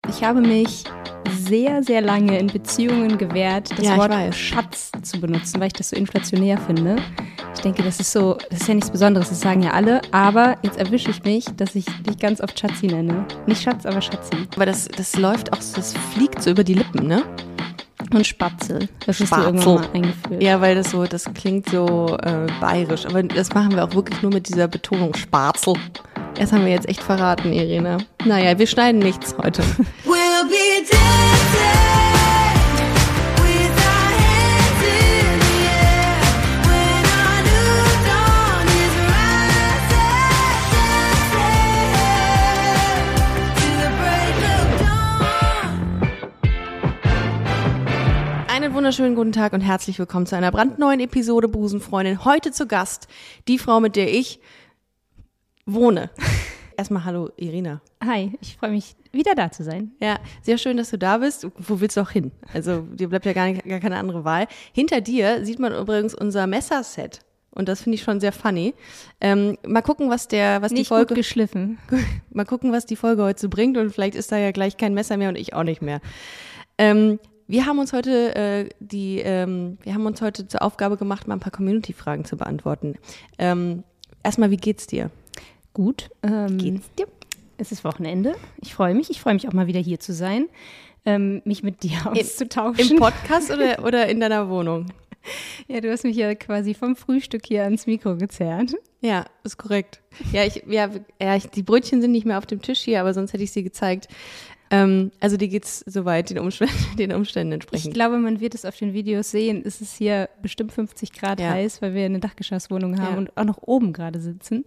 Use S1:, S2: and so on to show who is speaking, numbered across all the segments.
S1: Ich habe mich sehr, sehr lange in Beziehungen gewehrt, das Wort Schatz zu benutzen, weil ich das so inflationär finde. Ich denke, das ist ja nichts Besonderes, das sagen ja alle, aber jetzt erwische ich mich, dass ich dich ganz oft Schatzi nenne. Nicht Schatz, aber Schatzi.
S2: Aber das läuft auch, das fliegt so über die Lippen, ne?
S1: Und Spatzel. Das hast du irgendwann mal eingeführt.
S2: Ja, weil das klingt so bayerisch. Aber das machen wir auch wirklich nur mit dieser Betonung Spatzel. Das haben wir jetzt echt verraten, Irina. Naja, wir schneiden nichts heute. We'll be dancing. Einen wunderschönen guten Tag und herzlich willkommen zu einer brandneuen Episode Busenfreundin. Heute zu Gast die Frau, mit der ich wohne. Erstmal hallo Irina.
S1: Hi, ich freue mich, wieder da zu sein.
S2: Ja, sehr schön, dass du da bist. Wo willst du auch hin? Also dir bleibt ja gar keine andere Wahl. Hinter dir sieht man übrigens unser Messerset. Und das finde ich schon sehr funny. Mal gucken, was die Folge...
S1: Gut geschliffen.
S2: Mal gucken, was die Folge heute so bringt. Und vielleicht ist da ja gleich kein Messer mehr und ich auch nicht mehr. Wir haben uns heute zur Aufgabe gemacht, mal ein paar Community-Fragen zu beantworten. Erstmal, wie geht's dir?
S1: Gut.
S2: Geht's dir?
S1: Es ist Wochenende. Ich freue mich auch mal wieder hier zu sein, mich mit dir auszutauschen.
S2: Im Podcast oder in deiner Wohnung?
S1: Ja, du hast mich ja quasi vom Frühstück hier ans Mikro gezerrt.
S2: Ja, ist korrekt. Die Brötchen sind nicht mehr auf dem Tisch hier, aber sonst hätte ich sie gezeigt. Also dir geht's soweit den Umständen entsprechend.
S1: Ich glaube, man wird es auf den Videos sehen. Es ist hier bestimmt 50 Grad heiß, weil wir eine Dachgeschosswohnung haben und auch noch oben gerade sitzen.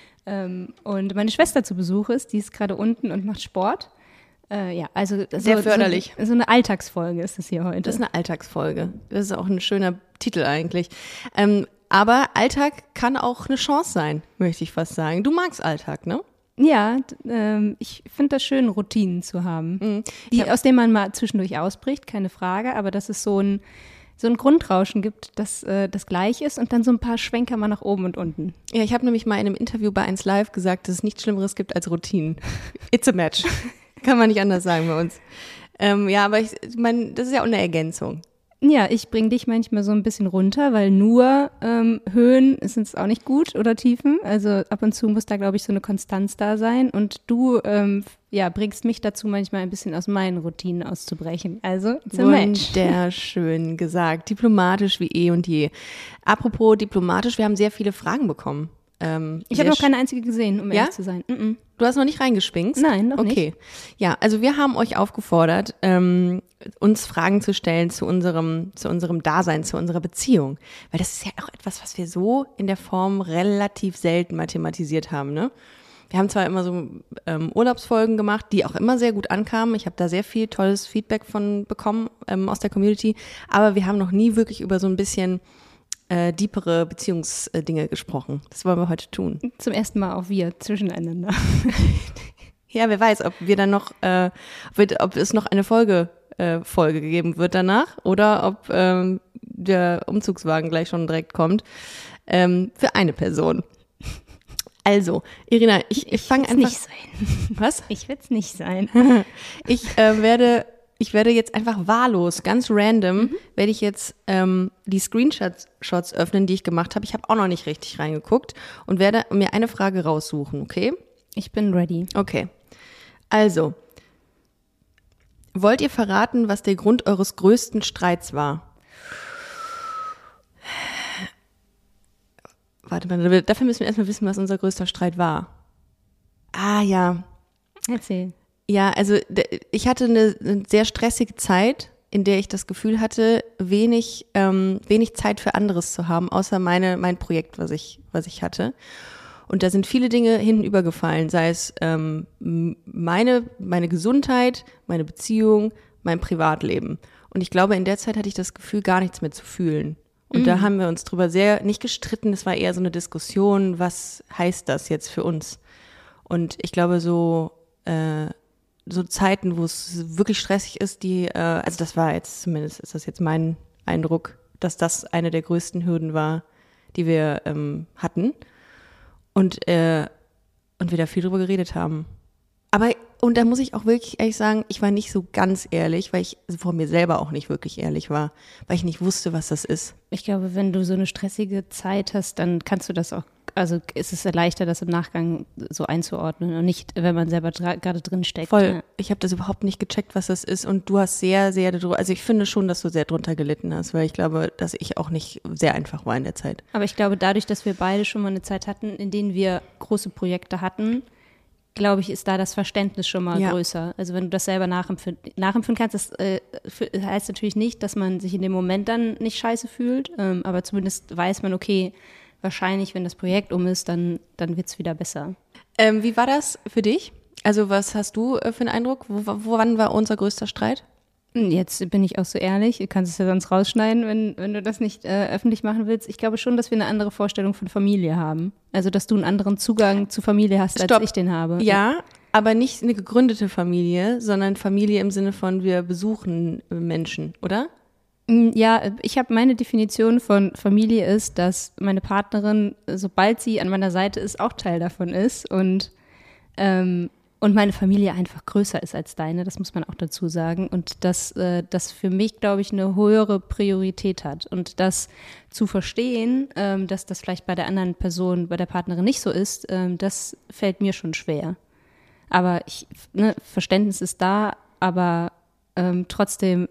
S1: Und meine Schwester zu Besuch ist, die ist gerade unten und macht Sport. Also
S2: sehr förderlich.
S1: So eine Alltagsfolge ist das hier heute.
S2: Das ist eine Alltagsfolge. Das ist auch ein schöner Titel eigentlich. Aber Alltag kann auch eine Chance sein, möchte ich fast sagen. Du magst Alltag, ne?
S1: Ja, ich finde das schön, Routinen zu haben, aus denen man mal zwischendurch ausbricht, keine Frage, aber dass es so ein Grundrauschen gibt, das gleich ist und dann so ein paar Schwenker mal nach oben und unten.
S2: Ja, ich habe nämlich mal in einem Interview bei 1 Live gesagt, dass es nichts Schlimmeres gibt als Routinen. It's a match. Kann man nicht anders sagen bei uns. Aber ich meine, das ist ja auch eine Ergänzung.
S1: Ja, ich bringe dich manchmal so ein bisschen runter, weil nur Höhen sind es auch nicht gut oder Tiefen. Also ab und zu muss da, glaube ich, so eine Konstanz da sein. Und du bringst mich dazu, manchmal ein bisschen aus meinen Routinen auszubrechen. Also, it's a match.
S2: Wunderschön gesagt. Diplomatisch wie eh und je. Apropos diplomatisch, wir haben sehr viele Fragen bekommen.
S1: Ich habe noch keine einzige gesehen, um ehrlich zu sein.
S2: Du hast noch nicht reingeschwingst?
S1: Nein, noch nicht.
S2: Okay. Ja, also wir haben euch aufgefordert, uns Fragen zu stellen zu unserem Dasein, zu unserer Beziehung. Weil das ist ja auch etwas, was wir so in der Form relativ selten mal thematisiert haben, ne? Wir haben zwar immer so Urlaubsfolgen gemacht, die auch immer sehr gut ankamen. Ich habe da sehr viel tolles Feedback von bekommen aus der Community. Aber wir haben noch nie wirklich über so ein bisschen deepere Beziehungsdinge gesprochen. Das wollen wir heute tun.
S1: Zum ersten Mal auch wir zwischeneinander.
S2: Ja, wer weiß, ob wir dann noch, ob es noch eine Folge geben wird danach oder ob der Umzugswagen gleich schon direkt kommt. Für eine Person. Also, Irina, ich fange einfach...
S1: nicht sein.
S2: Was?
S1: Ich will es nicht sein.
S2: Ich werde jetzt einfach wahllos, ganz random, werde ich jetzt die Screenshots öffnen, die ich gemacht habe. Ich habe auch noch nicht richtig reingeguckt und werde mir eine Frage raussuchen, okay?
S1: Ich bin ready.
S2: Okay. Also, wollt ihr verraten, was der Grund eures größten Streits war? Warte mal, dafür müssen wir erstmal wissen, was unser größter Streit war. Ah, ja.
S1: Erzähl.
S2: Ja, also ich hatte eine sehr stressige Zeit, in der ich das Gefühl hatte, wenig Zeit für anderes zu haben, außer mein Projekt, was ich hatte. Und da sind viele Dinge hinten übergefallen, sei es meine Gesundheit, meine Beziehung, mein Privatleben. Und ich glaube, in der Zeit hatte ich das Gefühl, gar nichts mehr zu fühlen. Und da haben wir uns drüber nicht gestritten, es war eher so eine Diskussion, was heißt das jetzt für uns? Und ich glaube, so Zeiten, wo es wirklich stressig ist, also das war jetzt, zumindest ist das jetzt mein Eindruck, dass das eine der größten Hürden war, die wir hatten und wir da viel drüber geredet haben. Aber Und da muss ich auch wirklich ehrlich sagen, ich war nicht so ganz ehrlich, weil ich vor mir selber auch nicht wirklich ehrlich war, weil ich nicht wusste, was das ist.
S1: Ich glaube, wenn du so eine stressige Zeit hast, dann kannst du das auch, also ist es leichter, das im Nachgang so einzuordnen und nicht, wenn man selber gerade drin steckt.
S2: Voll.
S1: Ja.
S2: Ich habe das überhaupt nicht gecheckt, was das ist. Und du hast sehr, sehr, also ich finde schon, dass du sehr drunter gelitten hast, weil ich glaube, dass ich auch nicht sehr einfach war in der Zeit.
S1: Aber ich glaube, dadurch, dass wir beide schon mal eine Zeit hatten, in denen wir große Projekte hatten, glaube ich, ist da das Verständnis schon mal größer. Also wenn du das selber nachempfinden kannst, das heißt natürlich nicht, dass man sich in dem Moment dann nicht scheiße fühlt, aber zumindest weiß man, okay, wahrscheinlich, wenn das Projekt ist, dann wird es wieder besser.
S2: Wie war das für dich? Also was hast du für einen Eindruck? Wann war unser größter Streit?
S1: Jetzt bin ich auch so ehrlich, du kannst es ja sonst rausschneiden, wenn du das nicht öffentlich machen willst. Ich glaube schon, dass wir eine andere Vorstellung von Familie haben. Also, dass du einen anderen Zugang zu Familie hast, als ich den habe.
S2: Ja, aber nicht eine gegründete Familie, sondern Familie im Sinne von wir besuchen Menschen, oder?
S1: Ja, ich habe meine Definition von Familie ist, dass meine Partnerin, sobald sie an meiner Seite ist, auch Teil davon ist und meine Familie einfach größer ist als deine, das muss man auch dazu sagen. Und dass das für mich, glaube ich, eine höhere Priorität hat. Und das zu verstehen, dass das vielleicht bei der anderen Person, bei der Partnerin nicht so ist, das fällt mir schon schwer. Aber Verständnis ist da, aber trotzdem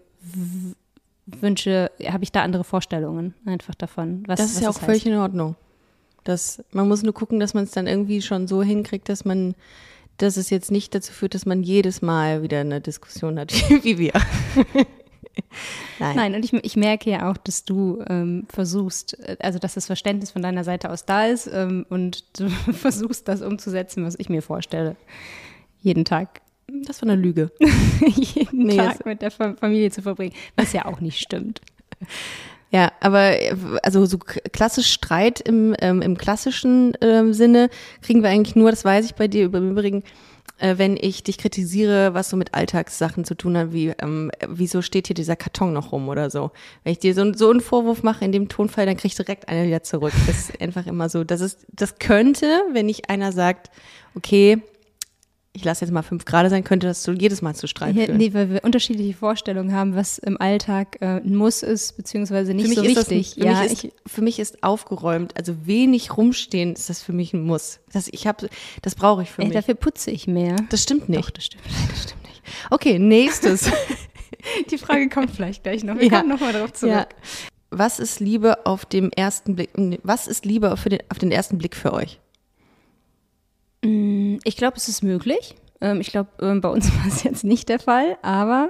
S1: habe ich da andere Vorstellungen einfach davon.
S2: Das ist ja auch völlig in Ordnung. Man muss nur gucken, dass man es dann irgendwie schon so hinkriegt, dass es jetzt nicht dazu führt, dass man jedes Mal wieder eine Diskussion hat, wie wir.
S1: Nein, und ich merke ja auch, dass du versuchst, also dass das Verständnis von deiner Seite aus da ist und du versuchst, das umzusetzen, was ich mir vorstelle. Jeden Tag.
S2: Das war eine Lüge.
S1: Jeden Tag mit der Familie zu verbringen, was ja auch nicht stimmt.
S2: Ja, aber also so klassisch Streit im klassischen Sinne kriegen wir eigentlich nur, das weiß ich bei dir im Übrigen, wenn ich dich kritisiere, was so mit Alltagssachen zu tun hat, wie wieso steht hier dieser Karton noch rum oder so. Wenn ich dir so einen Vorwurf mache in dem Tonfall, dann kriegst du direkt eine wieder zurück. Das ist einfach immer so. Das könnte, wenn nicht einer sagt, okay, ich lasse jetzt mal 5 Grad sein, könnte das so jedes Mal zu Streit führen. Nee,
S1: weil wir unterschiedliche Vorstellungen haben, was im Alltag ein Muss ist, beziehungsweise nicht so wichtig.
S2: Für mich ist aufgeräumt, also wenig rumstehen, ist das für mich ein Muss. Das brauche ich für mich.
S1: Dafür putze ich mehr.
S2: Das stimmt nicht.
S1: Doch, das stimmt nicht.
S2: Okay, nächstes.
S1: Die Frage kommt vielleicht gleich noch. Wir kommen nochmal darauf zurück. Ja.
S2: Was ist Liebe auf den ersten Blick für euch?
S1: Ich glaube, es ist möglich. Ich glaube, bei uns war es jetzt nicht der Fall, aber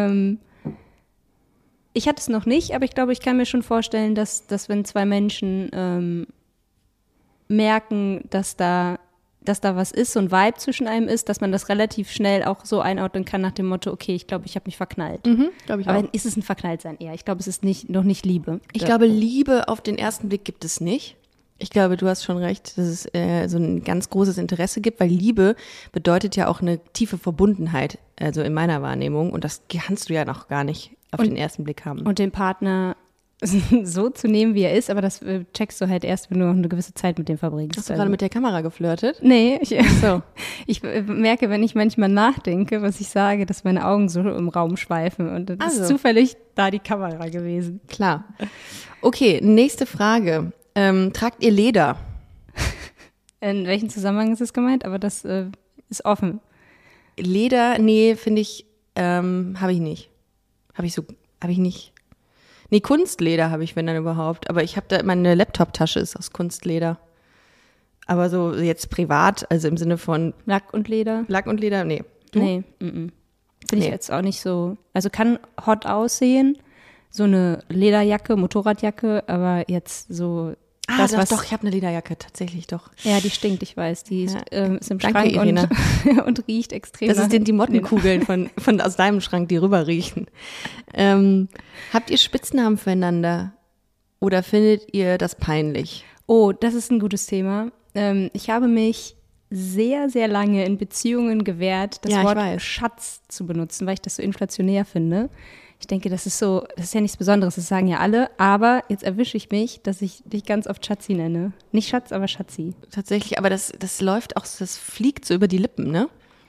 S1: ich hatte es noch nicht, aber ich glaube, ich kann mir schon vorstellen, dass wenn 2 Menschen merken, dass da was ist, so ein Vibe zwischen einem ist, dass man das relativ schnell auch so einordnen kann nach dem Motto, okay, ich glaube, ich habe mich verknallt.
S2: Glaube ich
S1: aber
S2: auch.
S1: Ist es ein Verknalltsein eher? Ich glaube, es ist noch nicht Liebe.
S2: Ich glaube, Liebe auf den ersten Blick gibt es nicht. Ich glaube, du hast schon recht, dass es so ein ganz großes Interesse gibt, weil Liebe bedeutet ja auch eine tiefe Verbundenheit, also in meiner Wahrnehmung. Und das kannst du ja noch gar nicht auf den ersten Blick haben.
S1: Und den Partner so zu nehmen, wie er ist, aber das checkst du halt erst, wenn du noch eine gewisse Zeit mit dem verbringst.
S2: Hast du gerade mit der Kamera geflirtet?
S1: Nee, ich merke, wenn ich manchmal nachdenke, was ich sage, dass meine Augen so im Raum schweifen und dann ist zufällig da die Kamera gewesen.
S2: Klar. Okay, nächste Frage. Tragt ihr Leder?
S1: In welchem Zusammenhang ist es gemeint? Aber das ist offen.
S2: Leder, nee, finde ich, habe ich nicht. Habe ich nicht. Nee, Kunstleder habe ich, wenn dann überhaupt. Aber ich habe meine Laptop-Tasche ist aus Kunstleder. Aber so jetzt privat, also im Sinne von
S1: Lack und Leder?
S2: Lack und Leder, nee. Du?
S1: Nee, Finde ich jetzt auch nicht so. Also kann hot aussehen, so eine Lederjacke, Motorradjacke, aber jetzt so
S2: doch, ich habe eine Lederjacke, tatsächlich doch.
S1: Ja, die stinkt, ich weiß. Die ist im
S2: Danke,
S1: Schrank
S2: Irene.
S1: und riecht extrem.
S2: Das sind die Mottenkugeln von aus deinem Schrank, die rüber riechen. Habt ihr Spitznamen füreinander? Oder findet ihr das peinlich?
S1: Oh, das ist ein gutes Thema. Ich habe mich sehr, sehr lange in Beziehungen gewehrt, das Wort Schatz zu benutzen, weil ich das so inflationär finde. Ich denke, das ist ja nichts Besonderes, das sagen ja alle, aber jetzt erwische ich mich, dass ich dich ganz oft Schatzi nenne. Nicht Schatz, aber Schatzi.
S2: Tatsächlich, aber das läuft auch, das fliegt so über die Lippen, ne?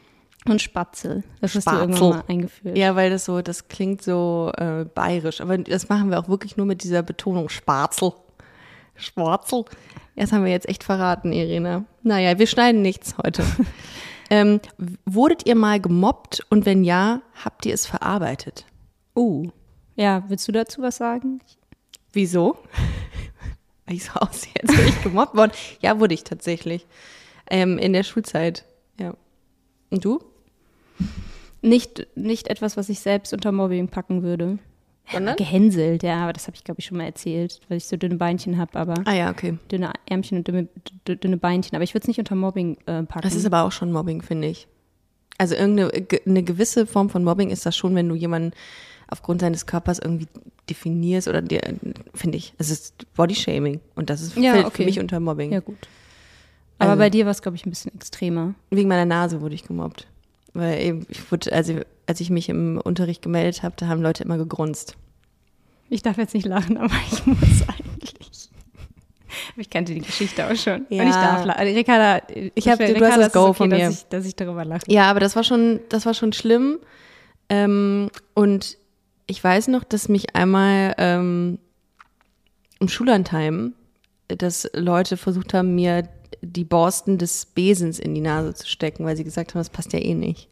S1: Und Spatzel. Das hast du
S2: Spatzel.
S1: irgendwann mal eingeführt.
S2: Ja, weil das klingt so bayerisch. Aber das machen wir auch wirklich nur mit dieser Betonung. Spatzel. Schwarzel. Das haben wir jetzt echt verraten, Irina. Naja, wir schneiden nichts heute. Wurdet ihr mal gemobbt und wenn ja, habt ihr es verarbeitet?
S1: Ja, willst du dazu was sagen?
S2: Wieso? Weil ich so aussehe, als wäre ich gemobbt worden. Ja, wurde ich tatsächlich. In der Schulzeit, ja. Und du?
S1: Nicht etwas, was ich selbst unter Mobbing packen würde.
S2: Sondern?
S1: Gehänselt, ja, aber das habe ich, glaube ich, schon mal erzählt, weil ich so dünne Beinchen habe, aber
S2: Ah ja, okay.
S1: dünne Ärmchen und dünne Beinchen. Aber ich würde es nicht unter Mobbing packen.
S2: Das ist aber auch schon Mobbing, finde ich. Also eine gewisse Form von Mobbing ist das schon, wenn du jemanden aufgrund seines Körpers irgendwie definierst oder dir, finde ich. Es ist Bodyshaming und das ist fällt für mich unter Mobbing.
S1: Ja, gut. Aber
S2: Also,
S1: bei dir war es, glaube ich, ein bisschen extremer.
S2: wegen meiner Nase wurde ich gemobbt. Weil eben, als ich mich im Unterricht gemeldet habe, da haben Leute immer gegrunzt.
S1: Ich darf jetzt nicht lachen, aber ich muss eigentlich. Ich kannte die Geschichte auch schon.
S2: Ja.
S1: Und ich darf lachen. Ricarda,
S2: du hast das Go von mir.
S1: dass ich darüber lache.
S2: Ja, aber das war schon schlimm. Und ich weiß noch, dass mich einmal im Schullandheim, dass Leute versucht haben, mir die Borsten des Besens in die Nase zu stecken, weil sie gesagt haben, das passt ja eh nicht.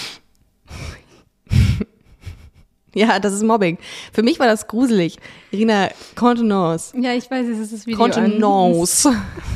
S2: Ja, das ist Mobbing. Für mich war das gruselig. Irina, Contenance.
S1: Ja, ich weiß, es ist das Video
S2: Contenance.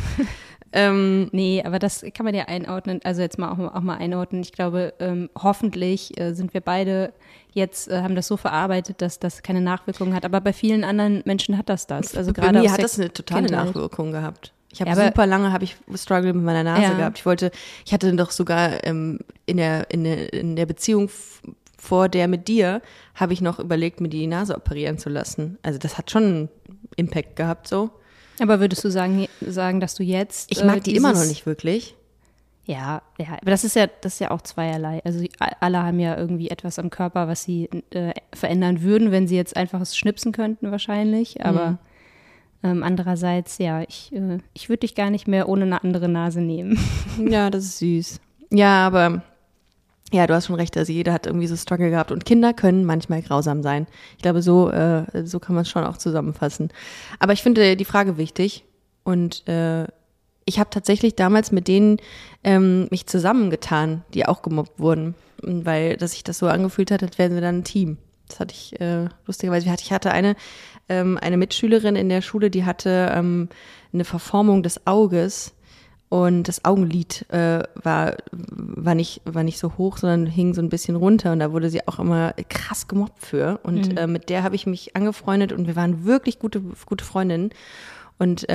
S1: Nee, aber das kann man ja einordnen, also jetzt mal auch mal einordnen. Ich glaube, hoffentlich sind wir beide jetzt, haben das so verarbeitet, dass das keine Nachwirkungen hat. Aber bei vielen anderen Menschen hat das. Also
S2: Bei
S1: gerade
S2: mir
S1: aus
S2: hat
S1: der
S2: das eine totale
S1: Kindheit.
S2: Nachwirkung gehabt. Ich habe
S1: Ja,
S2: super lange Struggle mit meiner Nase
S1: Ja.
S2: gehabt. Ich hatte doch sogar in der Beziehung vor der mit dir, habe ich noch überlegt, mir die Nase operieren zu lassen. Also das hat schon einen Impact gehabt so.
S1: Aber würdest du sagen, dass du jetzt
S2: Ich mag die immer noch nicht wirklich.
S1: Ja, aber das ist ja auch zweierlei. Also alle haben ja irgendwie etwas am Körper, was sie verändern würden, wenn sie jetzt einfach es schnipsen könnten wahrscheinlich. Aber andererseits, ja, ich würde dich gar nicht mehr ohne eine andere Nase nehmen.
S2: Ja, das ist süß. Ja, aber ja, du hast schon recht. Also jeder hat irgendwie so Struggle gehabt und Kinder können manchmal grausam sein. Ich glaube, so kann man es schon auch zusammenfassen. Aber ich finde die Frage wichtig und ich habe tatsächlich damals mit denen mich zusammengetan, die auch gemobbt wurden, weil dass sich das so angefühlt hat, als wären wir dann ein Team. Das hatte ich lustigerweise. Ich hatte eine Mitschülerin in der Schule, die hatte eine Verformung des Auges und das Augenlid war nicht so hoch, sondern hing so ein bisschen runter und da wurde sie auch immer krass gemobbt für. Und mit der habe ich mich angefreundet und wir waren wirklich gute Freundinnen. Und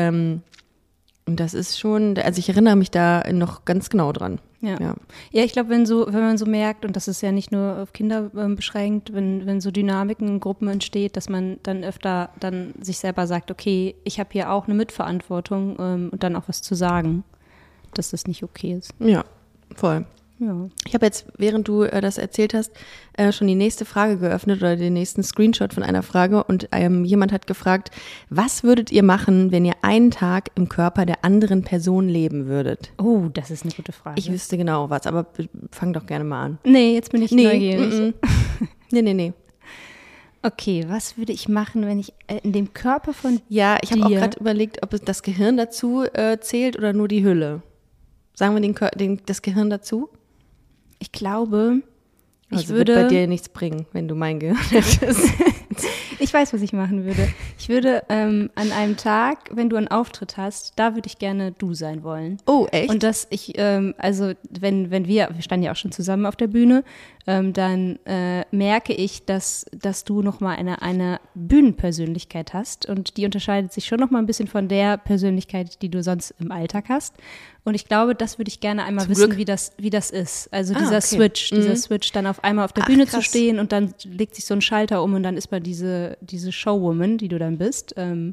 S2: das ist schon, also ich erinnere mich da noch ganz genau dran.
S1: Ja, ich glaube, wenn man so merkt, und das ist ja nicht nur auf Kinder beschränkt, wenn so Dynamiken in Gruppen entsteht, dass man dann öfter dann sich selber sagt, okay, ich habe hier auch eine Mitverantwortung und dann auch was zu sagen, dass das nicht okay ist.
S2: Ja, voll.
S1: Ja.
S2: Ich habe jetzt, während du das erzählt hast, schon die nächste Frage geöffnet oder den nächsten Screenshot von einer Frage und jemand hat gefragt, was würdet ihr machen, wenn ihr einen Tag im Körper der anderen Person leben würdet?
S1: Oh, das ist eine gute Frage.
S2: Ich wüsste genau was, aber fang doch gerne mal an.
S1: Nee, jetzt bin ich neugierig.
S2: Nee.
S1: Okay, was würde ich machen, wenn ich in dem Körper von
S2: Ja, ich habe auch
S1: dir-
S2: gerade überlegt, ob es das Gehirn dazu zählt oder nur die Hülle. Sagen wir das Gehirn dazu?
S1: Ich glaube,
S2: Also wird bei dir nichts bringen, wenn du mein Gehirn hättest.
S1: Ich weiß, was ich machen würde. Ich würde an einem Tag, wenn du einen Auftritt hast, da würde ich gerne du sein wollen.
S2: Oh, echt?
S1: Und dass ich, also wenn wir standen ja auch schon zusammen auf der Bühne, dann merke ich, dass du nochmal eine Bühnenpersönlichkeit hast und die unterscheidet sich schon nochmal ein bisschen von der Persönlichkeit, die du sonst im Alltag hast. Und ich glaube, das würde ich gerne einmal
S2: Zum
S1: wissen,
S2: Glück.
S1: wie das ist. Also
S2: Ah,
S1: dieser
S2: okay.
S1: dieser Switch, dann auf einmal auf der Bühne zu
S2: krass.
S1: stehen und dann legt sich so ein Schalter um und dann ist man diese Showwoman, die du dann bist.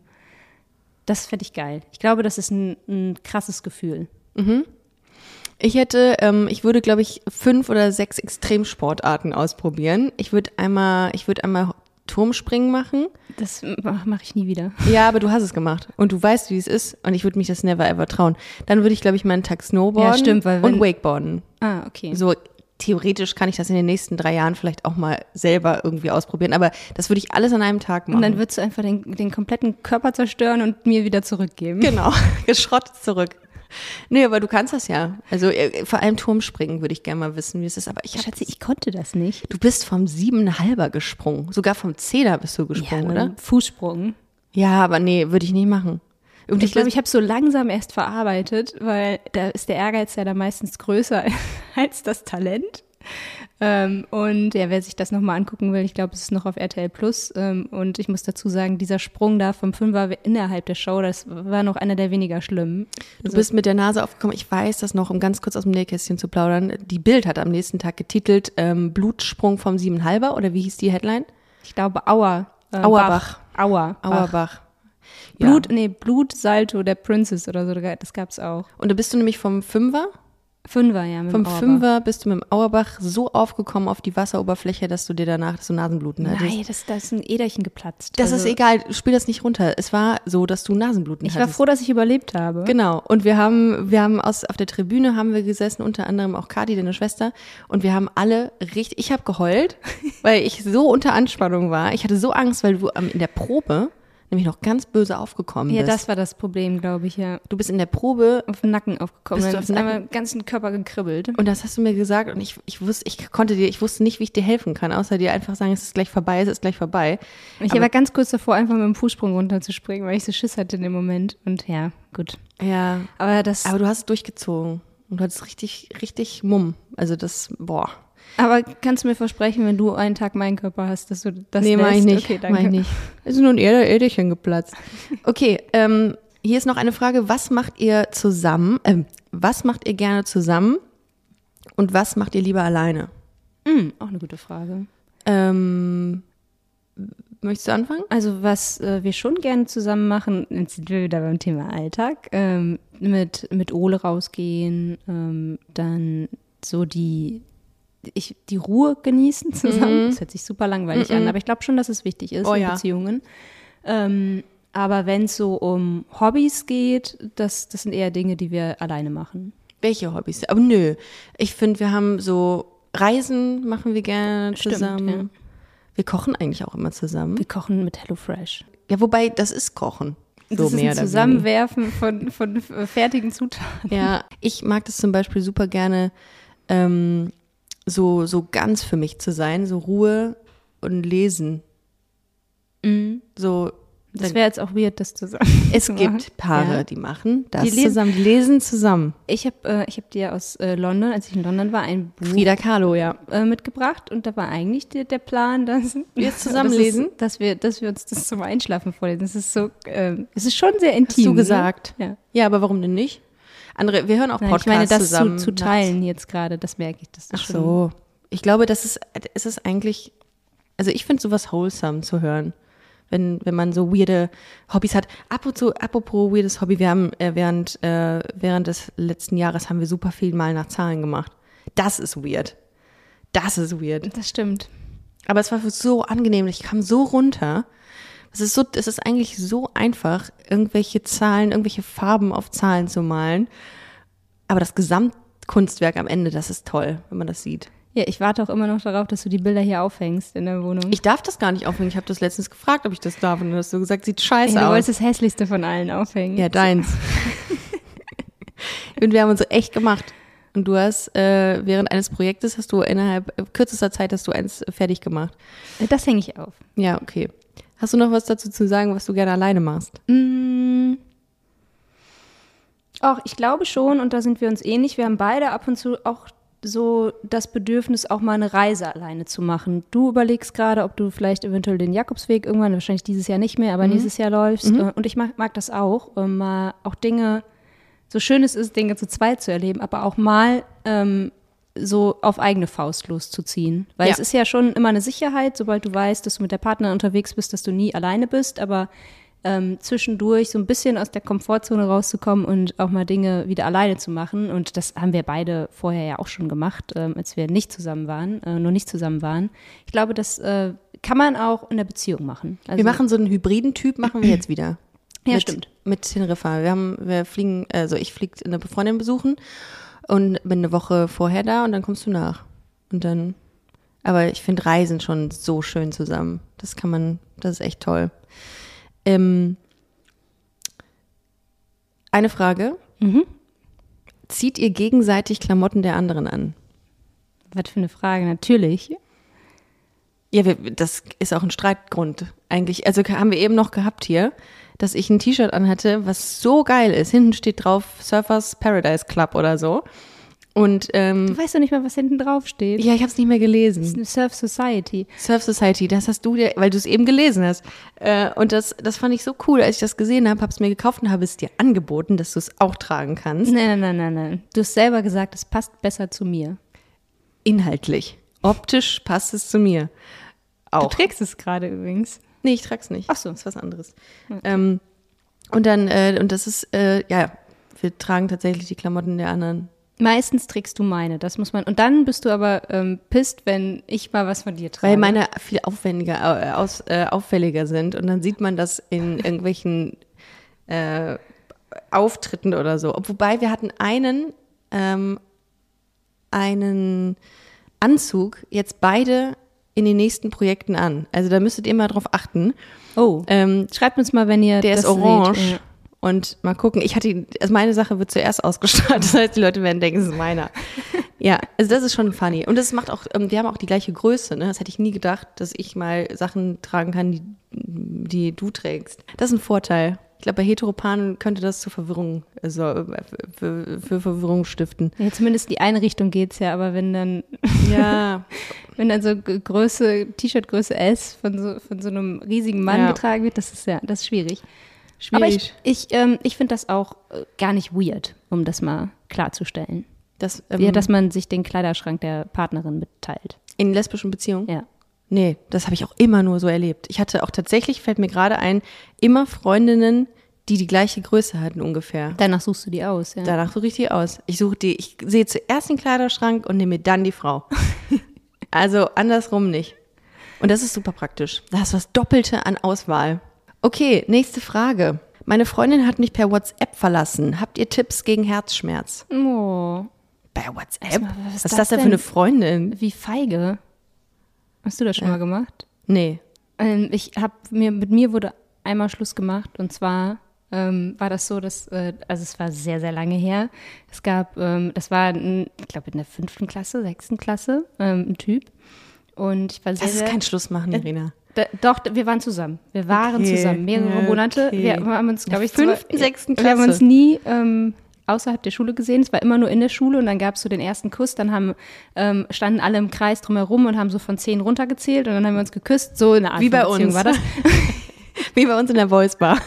S1: Das fände ich geil. Ich glaube, das ist ein krasses Gefühl.
S2: Ich würde, glaube ich, 5 oder 6 Extremsportarten ausprobieren. Ich würde einmal Turmspringen machen.
S1: Das mache ich nie wieder.
S2: Ja, aber du hast es gemacht und du weißt, wie es ist und ich würde mich das never ever trauen. Dann würde ich, glaube ich, mal einen Tag Snowboarden
S1: Ja, stimmt, weil
S2: und Wakeboarden.
S1: Ah, okay.
S2: So theoretisch kann ich das in den nächsten 3 Jahren vielleicht auch mal selber irgendwie ausprobieren, aber das würde ich alles an einem Tag machen.
S1: Und dann würdest du einfach den kompletten Körper zerstören und mir wieder zurückgeben.
S2: Genau, geschrottet zurück. Nee, aber du kannst das ja. Also vor allem Turmspringen würde ich gerne mal wissen, wie es ist. Aber
S1: Schatzi, ich konnte das nicht.
S2: Du bist vom 7,5er gesprungen. Sogar vom 10er bist du gesprungen, oder?
S1: Fußsprung.
S2: Ja, aber nee, würde ich nicht machen.
S1: Und ich glaube, ich habe so langsam erst verarbeitet, weil da ist der Ehrgeiz ja dann meistens größer als das Talent. Und ja, wer sich das nochmal angucken will, ich glaube, es ist noch auf RTL Plus. Und ich muss dazu sagen, dieser Sprung da vom Fünfer innerhalb der Show, das war noch einer der weniger schlimmen.
S2: Du bist mit der Nase aufgekommen. Ich weiß das noch, um ganz kurz aus dem Nähkästchen zu plaudern. Die Bild hat am nächsten Tag getitelt Blutsprung vom 7,5er oder wie hieß die Headline?
S1: Ich glaube Auerbach.
S2: Auerbach.
S1: Ja. Blutsalto der Princess oder so, das gab's auch.
S2: Und da bist du nämlich vom Fünfer?
S1: Fünfer, ja.
S2: Vom Fünfer bist du mit dem Auerbach so aufgekommen auf die Wasseroberfläche, dass du dir danach so Nasenbluten hattest.
S1: Nein, da ist ein Äderchen geplatzt.
S2: Das ist egal, spiel das nicht runter. Es war so, dass du Nasenbluten hattest.
S1: Ich war froh, dass ich überlebt habe.
S2: Genau. Und wir haben auf der Tribüne haben wir gesessen, unter anderem auch Kati, deine Schwester. Und wir haben alle ich habe geheult, weil ich so unter Anspannung war. Ich hatte so Angst, weil du in der Probe nämlich noch ganz böse aufgekommen bist.
S1: Ja, das war das Problem, glaube ich, ja.
S2: Du bist in der Probe
S1: auf den Nacken aufgekommen.
S2: Bist du auf den Nacken?
S1: Einmal ganzen Körper gekribbelt.
S2: Und das hast du mir gesagt und ich wusste nicht, wie ich dir helfen kann, außer dir einfach sagen, es ist gleich vorbei.
S1: Ich war ganz kurz davor, einfach mit dem Fußsprung runterzuspringen, weil ich so Schiss hatte in dem Moment. Und ja, gut.
S2: Ja. Aber du hast es durchgezogen. Und du hattest richtig, richtig Mumm. Also
S1: Aber kannst du mir versprechen, wenn du einen Tag meinen Körper hast, dass du das
S2: Nee, mach ich nicht.
S1: Okay, danke.
S2: Mach ich nicht. Es ist nur ein Äderchen geplatzt. Okay, hier ist noch eine Frage. Was macht ihr gerne zusammen und was macht ihr lieber alleine?
S1: Auch eine gute Frage.
S2: Möchtest du anfangen?
S1: Also was wir schon gerne zusammen machen, jetzt sind wir wieder beim Thema Alltag, mit Ole rausgehen, dann so die Ruhe genießen zusammen. Das hört sich super langweilig an, aber ich glaube schon, dass es wichtig ist in Beziehungen. Aber wenn es so um Hobbys geht, das sind eher Dinge, die wir alleine machen.
S2: Welche Hobbys? Aber nö, ich finde, wir haben so Reisen machen wir gerne zusammen.
S1: Stimmt, ja.
S2: Wir kochen eigentlich auch immer zusammen.
S1: Wir kochen mit HelloFresh.
S2: Ja, wobei, das ist Kochen. So
S1: das ist
S2: mehr
S1: ein Zusammenwerfen von fertigen Zutaten.
S2: Ja, ich mag das zum Beispiel super gerne, so ganz für mich zu sein, so Ruhe und Lesen. So.
S1: Das wäre jetzt auch weird, das zusammen.
S2: Es gibt Paare, die machen das zusammen, die lesen zusammen.
S1: Ich hab dir aus London, als ich in London war, ein Buch
S2: Frida Kahlo,
S1: mitgebracht und da war eigentlich der Plan, dass
S2: wir es zusammen lesen,
S1: dass wir uns das zum Einschlafen vorlesen. Das ist so, es ist schon sehr intim.
S2: Hast du gesagt?
S1: Ne?
S2: Ja, aber warum denn nicht? Wir hören auch Podcasts
S1: ich meine, das
S2: zusammen.
S1: zu teilen jetzt gerade, das merke ich. Das
S2: Ach so. Ich glaube, es ist eigentlich, also ich finde sowas wholesome zu hören. Wenn man so weirde Hobbys hat. Apropos weirdes Hobby, wir haben während des letzten Jahres haben wir super viel mal nach Zahlen gemacht. Das ist weird. Das
S1: stimmt.
S2: Aber es war so angenehm, ich kam so runter. Es ist eigentlich so einfach, irgendwelche Zahlen, irgendwelche Farben auf Zahlen zu malen. Aber das Gesamtkunstwerk am Ende, das ist toll, wenn man das sieht.
S1: Ja, ich warte auch immer noch darauf, dass du die Bilder hier aufhängst in der Wohnung.
S2: Ich darf das gar nicht aufhängen. Ich habe das letztens gefragt, ob ich das darf. Und du hast so gesagt, sieht scheiße aus.
S1: Du wolltest das hässlichste von allen aufhängen.
S2: Ja, deins. Und wir haben uns so echt gemacht. Und du hast während eines Projektes innerhalb kürzester Zeit eins fertig gemacht.
S1: Das hänge ich auf.
S2: Ja, okay. Hast du noch was dazu zu sagen, was du gerne alleine machst?
S1: Auch ich glaube schon, und da sind wir uns ähnlich. Wir haben beide ab und zu auch so das Bedürfnis, auch mal eine Reise alleine zu machen. Du überlegst gerade, ob du vielleicht eventuell den Jakobsweg irgendwann, wahrscheinlich dieses Jahr nicht mehr, aber nächstes Jahr läufst. Und ich mag das auch, mal auch Dinge, so schön es ist, Dinge zu zweit zu erleben, aber auch mal so auf eigene Faust loszuziehen. Weil es ist ja schon immer eine Sicherheit, sobald du weißt, dass du mit der Partnerin unterwegs bist, dass du nie alleine bist, aber zwischendurch so ein bisschen aus der Komfortzone rauszukommen und auch mal Dinge wieder alleine zu machen. Und das haben wir beide vorher ja auch schon gemacht, als wir nicht zusammen waren, Ich glaube, das kann man auch in der Beziehung machen. Also,
S2: wir machen so einen hybriden Typ, machen wir jetzt wieder.
S1: Ja, stimmt.
S2: Mit Teneriffa. Ich fliege eine Freundin besuchen und bin eine Woche vorher da und dann kommst du nach. Und dann, aber ich finde Reisen schon so schön zusammen. Das ist echt toll. Eine Frage. Zieht ihr gegenseitig Klamotten der anderen an?
S1: Was für eine Frage, natürlich.
S2: Ja, das ist auch ein Streitgrund eigentlich. Also haben wir eben noch gehabt hier, dass ich ein T-Shirt anhatte, was so geil ist. Hinten steht drauf Surfers Paradise Club oder so. Und
S1: Du weißt doch nicht mal, was hinten drauf steht.
S2: ja, ich habe es nicht mehr gelesen.
S1: Das ist eine Surf Society.
S2: Surf Society, das hast du dir, weil du es eben gelesen hast. Und das fand ich so cool, als ich das gesehen habe es mir gekauft und habe es dir angeboten, dass du es auch tragen kannst.
S1: Nein. Du hast selber gesagt, es passt besser zu mir.
S2: Inhaltlich. Optisch passt es zu mir. Auch.
S1: Du trägst es gerade übrigens.
S2: Nee, ich trag's nicht.
S1: Ach so.
S2: Das ist was anderes.
S1: Okay.
S2: Und dann, und das ist, ja, wir tragen tatsächlich die Klamotten der anderen.
S1: Meistens trägst du meine, das muss man. Und dann bist du aber pisst, wenn ich mal was von dir trage.
S2: Weil meine viel aufwendiger, auffälliger sind. Und dann sieht man das in irgendwelchen Auftritten oder so. Wobei wir hatten einen Anzug jetzt beide in den nächsten Projekten an. Also da müsstet ihr mal drauf achten.
S1: Oh, schreibt uns mal, wenn ihr
S2: Der
S1: das
S2: ist orange.
S1: seht. Ja.
S2: Und mal gucken, also meine Sache wird zuerst ausgestrahlt, das heißt, die Leute werden denken, es ist meiner. Ja, also das ist schon funny. Und das macht auch, wir haben auch die gleiche Größe, ne? Das hätte ich nie gedacht, dass ich mal Sachen tragen kann, die du trägst. Das ist ein Vorteil. Ich glaube, bei Heteropanen könnte das zu Verwirrung, also für Verwirrung stiften.
S1: Ja, zumindest die eine Richtung geht's ja, aber wenn dann
S2: Ja.
S1: wenn dann so T-Shirt-Größe S von so einem riesigen Mann getragen wird, das ist schwierig. Aber ich finde das auch gar nicht weird, um das mal klarzustellen. Dass man sich den Kleiderschrank der Partnerin mitteilt.
S2: In lesbischen Beziehungen?
S1: Ja.
S2: Nee, das habe ich auch immer nur so erlebt. Ich hatte auch tatsächlich, fällt mir gerade ein, immer Freundinnen, die gleiche Größe hatten ungefähr.
S1: Danach suchst du die aus, ja.
S2: Danach suche ich die aus. Ich sehe zuerst den Kleiderschrank und nehme mir dann die Frau. Also andersrum nicht. Und das ist super praktisch. Da hast du das Doppelte an Auswahl. Okay, nächste Frage. Meine Freundin hat mich per WhatsApp verlassen. Habt ihr Tipps gegen Herzschmerz?
S1: Oh.
S2: Bei WhatsApp?
S1: Erstmal,
S2: Was ist das denn für eine Freundin?
S1: Wie feige. Hast du das schon mal gemacht?
S2: Nee.
S1: Mit mir wurde einmal Schluss gemacht und zwar war das so, dass, also es war sehr, sehr lange her. Es gab, das war, ich glaube in der 5. Klasse, 6. Klasse, ein Typ und ich war sehr,
S2: Das ist kein Schluss machen, Irina.
S1: Doch, wir waren zusammen. Wir waren zusammen, mehrere Monate.
S2: Okay.
S1: Wir haben uns, glaube ich,
S2: 5., 6. Klasse.
S1: Wir haben uns nie außerhalb der Schule gesehen. Es war immer nur in der Schule und dann gab es so den ersten Kuss. Dann standen alle im Kreis drumherum und haben so von 10 runtergezählt und dann haben wir uns geküsst. So eine Art
S2: Wie bei
S1: Beziehung
S2: uns.
S1: war das.
S2: Wie bei uns in der Voice Bar.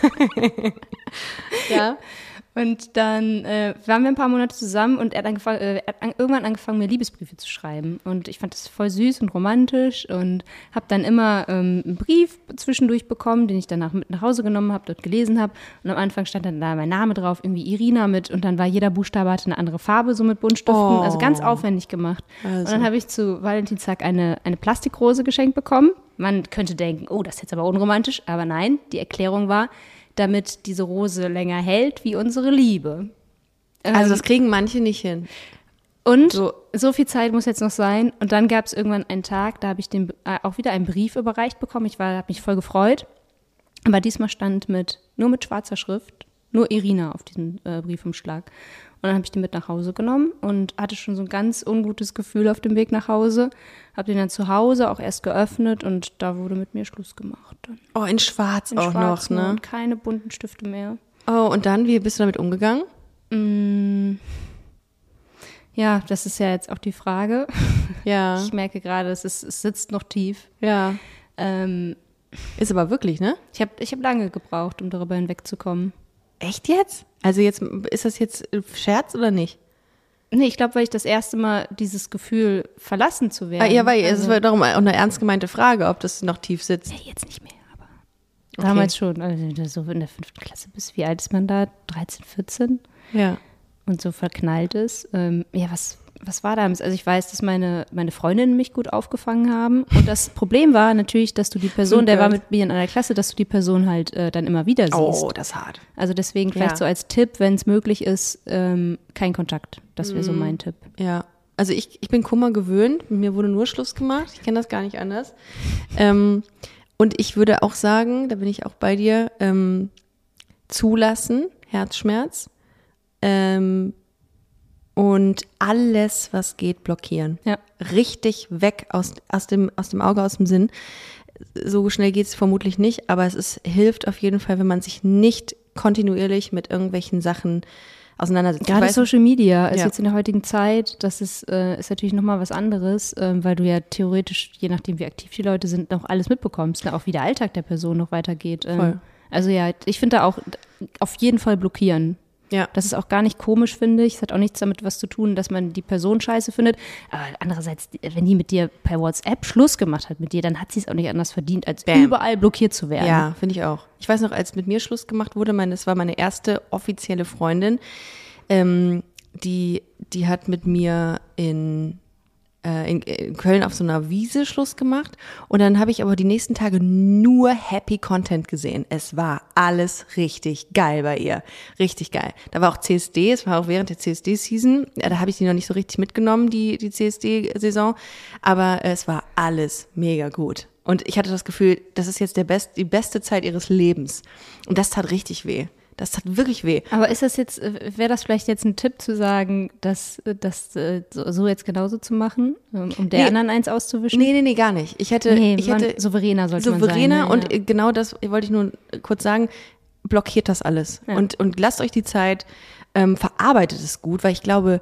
S1: Ja. Und dann waren wir ein paar Monate zusammen und er hat irgendwann angefangen, mir Liebesbriefe zu schreiben. Und ich fand das voll süß und romantisch und habe dann immer einen Brief zwischendurch bekommen, den ich danach mit nach Hause genommen habe, dort gelesen habe. Und am Anfang stand dann da mein Name drauf, irgendwie Irina mit. Und dann war jeder Buchstabe hatte eine andere Farbe, so mit Buntstiften.
S2: Oh.
S1: Also ganz aufwendig gemacht.
S2: Also.
S1: Und dann habe ich zu Valentinstag eine Plastikrose geschenkt bekommen. Man könnte denken, oh, das ist jetzt aber unromantisch. Aber nein, die Erklärung war, damit diese Rose länger hält wie unsere Liebe.
S2: Also das kriegen manche nicht hin.
S1: Und so viel Zeit muss jetzt noch sein. Und dann gab es irgendwann einen Tag, da habe ich auch wieder einen Brief überreicht bekommen. Ich habe mich voll gefreut. Aber diesmal stand nur mit schwarzer Schrift, nur Irina auf diesem Briefumschlag. Und dann habe ich den mit nach Hause genommen und hatte schon so ein ganz ungutes Gefühl auf dem Weg nach Hause. Habe den dann zu Hause auch erst geöffnet und da wurde mit mir Schluss gemacht. Dann.
S2: Oh, in Schwarz auch
S1: Schwarz
S2: noch, ne?
S1: Und keine bunten Stifte mehr.
S2: Oh, und dann, wie bist du damit umgegangen?
S1: Ja, das ist ja jetzt auch die Frage.
S2: Ja.
S1: Ich merke gerade, es sitzt noch tief.
S2: Ja. Ist aber wirklich, ne?
S1: Ich hab lange gebraucht, um darüber hinwegzukommen.
S2: Echt jetzt? Also ist das jetzt Scherz oder nicht?
S1: Nee, ich glaube, weil ich das erste Mal dieses Gefühl, verlassen zu werden.
S2: Ja, weil es war darum auch eine ernst gemeinte Frage, ob das noch tief sitzt.
S1: Ja, jetzt nicht mehr, aber damals schon. Also so in der 5. Klasse bist, wie alt ist man da? 13, 14?
S2: Ja.
S1: Und so verknallt ist. Ja, was war damals? Also ich weiß, dass meine Freundinnen mich gut aufgefangen haben. Und das Problem war natürlich, dass du die Person, der war mit mir in einer Klasse, dass du die Person halt dann immer wieder siehst.
S2: Oh, das ist hart.
S1: Also deswegen vielleicht so als Tipp, wenn es möglich ist, kein Kontakt. Das wäre so mein Tipp.
S2: Ja. Also ich bin Kummer gewöhnt. Mir wurde nur Schluss gemacht. Ich kenne das gar nicht anders. Und ich würde auch sagen, da bin ich auch bei dir, zulassen, Herzschmerz. Und alles, was geht, blockieren.
S1: Ja.
S2: Richtig weg aus dem Auge, aus dem Sinn. So schnell geht es vermutlich nicht, aber hilft auf jeden Fall, wenn man sich nicht kontinuierlich mit irgendwelchen Sachen auseinandersetzt.
S1: Gerade Social Media, also
S2: Ja.
S1: jetzt in der heutigen Zeit, das ist natürlich nochmal was anderes, weil du ja theoretisch, je nachdem wie aktiv die Leute sind, noch alles mitbekommst, ne? Auch wie der Alltag der Person noch weitergeht.
S2: Voll.
S1: Also ja, ich finde da auch auf jeden Fall blockieren.
S2: Ja.
S1: Das ist auch gar nicht komisch, finde ich. Es hat auch nichts damit was zu tun, dass man die Person scheiße findet. Aber andererseits, wenn die mit dir per WhatsApp Schluss gemacht hat mit dir, dann hat sie es auch nicht anders verdient, als überall blockiert zu werden.
S2: Ja, finde ich auch. Ich weiß noch, als mit mir Schluss gemacht wurde, das war meine erste offizielle Freundin, die hat mit mir in Köln auf so einer Wiese Schluss gemacht und dann habe ich aber die nächsten Tage nur Happy Content gesehen. Es war alles richtig geil bei ihr. Richtig geil. Da war auch CSD, es war auch während der CSD-Season. Da habe ich die noch nicht so richtig mitgenommen, die CSD-Saison. Aber es war alles mega gut. Und ich hatte das Gefühl, das ist jetzt die beste Zeit ihres Lebens. Und das tat richtig weh. Das tat wirklich weh.
S1: Aber ist das jetzt, wäre das vielleicht jetzt ein Tipp zu sagen, dass so jetzt genauso zu machen, um der anderen eins auszuwischen?
S2: Nee, gar nicht. Ich hätte
S1: souveräner sollte man sein.
S2: Souveräner
S1: Ne?
S2: und genau das wollte ich nur kurz sagen, blockiert das alles.
S1: Ja.
S2: Und lasst euch die Zeit, verarbeitet es gut, weil ich glaube,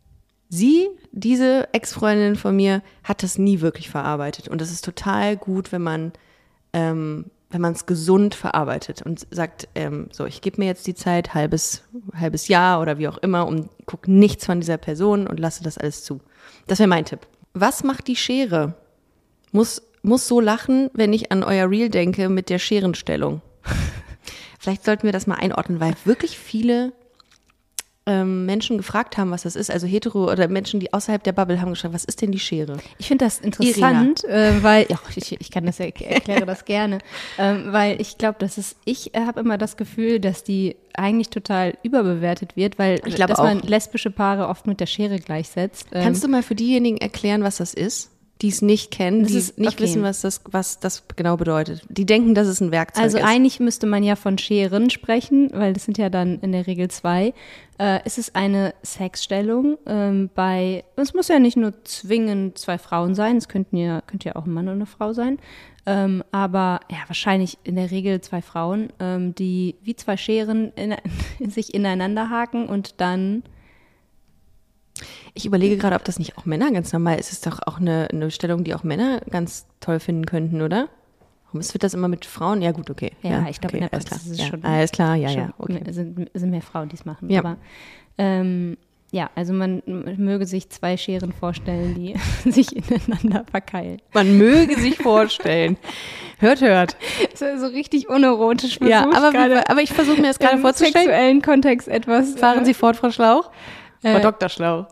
S2: diese Ex-Freundin von mir, hat das nie wirklich verarbeitet. Und das ist total gut, wenn man es gesund verarbeitet und sagt, so, ich gebe mir jetzt die Zeit, halbes Jahr oder wie auch immer, und gucke nichts von dieser Person und lasse das alles zu. Das wäre mein Tipp. Was macht die Schere? Muss so lachen, wenn ich an euer Reel denke mit der Scherenstellung. Vielleicht sollten wir das mal einordnen, weil wirklich viele Menschen gefragt haben, was das ist, also hetero oder Menschen, die außerhalb der Bubble haben gefragt, was ist denn die Schere?
S1: Ich finde das interessant, weil, ja, ich kann das erkläre das gerne, weil ich glaube, ich habe immer das Gefühl, dass die eigentlich total überbewertet wird, weil dass man lesbische Paare oft mit der Schere gleichsetzt.
S2: Kannst du mal für diejenigen erklären, was das ist? Die es nicht kennen, die nicht wissen, was das genau bedeutet. Die denken, dass es ein Werkzeug ist.
S1: Also eigentlich müsste man ja von Scheren sprechen, weil das sind ja dann in der Regel zwei. Es ist eine Sexstellung es muss ja nicht nur zwingend zwei Frauen sein, es könnte ja auch ein Mann und eine Frau sein, aber ja, wahrscheinlich in der Regel zwei Frauen, die wie zwei Scheren sich ineinander haken und dann.
S2: Ich überlege gerade, ob das nicht auch Männer ganz normal ist. Es ist doch auch eine Stellung, die auch Männer ganz toll finden könnten, oder? Warum wird das immer mit Frauen? Ja gut, okay.
S1: Ja, ich glaube,
S2: okay,
S1: in der Praxis ist es schon.
S2: Alles klar, ja,
S1: schon,
S2: ja. Okay.
S1: Sind mehr Frauen, die es machen.
S2: Ja.
S1: Aber ja, also man möge sich zwei Scheren vorstellen, die sich ineinander verkeilen.
S2: Man möge sich vorstellen. Hört.
S1: Das ist so richtig unerotisch.
S2: Ja, aber ich versuche mir das gerade vorzustellen.
S1: Im sexuellen Kontext etwas.
S2: Fahren Sie fort, Frau Schlauch? Frau Dr. Schlauch.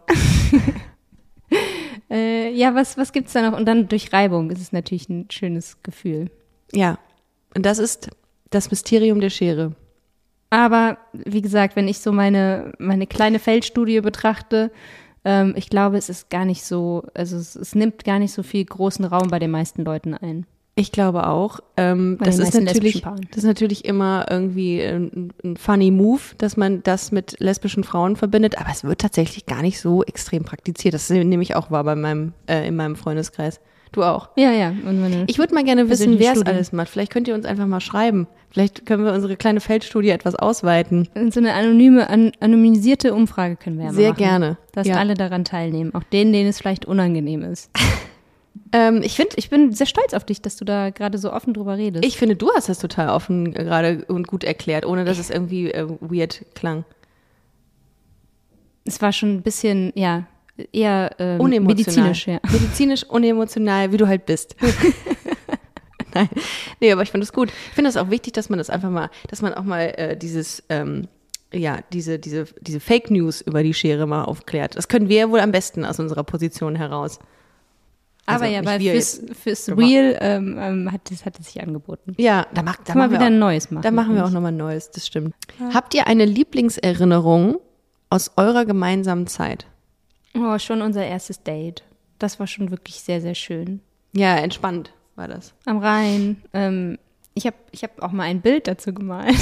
S1: Ja, was gibt's da noch? Und dann durch Reibung ist es natürlich ein schönes Gefühl.
S2: Ja, und das ist das Mysterium der Schere.
S1: Aber wie gesagt, wenn ich so meine kleine Feldstudie betrachte, ich glaube, es ist gar nicht so, also es nimmt gar nicht so viel großen Raum bei den meisten Leuten ein.
S2: Ich glaube auch. Das ist natürlich immer irgendwie ein funny Move, dass man das mit lesbischen Frauen verbindet, aber es wird tatsächlich gar nicht so extrem praktiziert. Das nehme ich auch wahr in meinem Freundeskreis. Du auch?
S1: Ja. Und
S2: ich würde mal gerne wissen, wer es alles macht. Vielleicht könnt ihr uns einfach mal schreiben. Vielleicht können wir unsere kleine Feldstudie etwas ausweiten.
S1: Und so eine anonymisierte Umfrage können wir ja
S2: sehr
S1: machen.
S2: Sehr gerne.
S1: Dass alle daran teilnehmen, auch denen es vielleicht unangenehm ist.
S2: Ich
S1: bin sehr stolz auf dich, dass du da gerade so offen drüber redest.
S2: Ich finde, du hast das total offen gerade und gut erklärt, ohne dass es irgendwie weird klang.
S1: Es war schon ein bisschen, ja, eher
S2: medizinisch,
S1: ja.
S2: Medizinisch, unemotional, wie du halt bist. Nein, nee, aber ich finde das gut. Ich finde das auch wichtig, dass man das einfach mal, dass man auch mal diese Fake News über die Schere mal aufklärt. Das können wir ja wohl am besten aus unserer Position heraus.
S1: Aber ja, weil fürs Real hat es sich angeboten.
S2: Ja, da machen
S1: wir ein neues machen.
S2: Da machen wir auch nochmal ein neues, das stimmt. Ja. Habt ihr eine Lieblingserinnerung aus eurer gemeinsamen Zeit?
S1: Oh, schon unser erstes Date. Das war schon wirklich sehr, sehr schön.
S2: Ja, entspannt war das.
S1: Am Rhein. Ich hab auch mal ein Bild dazu gemalt.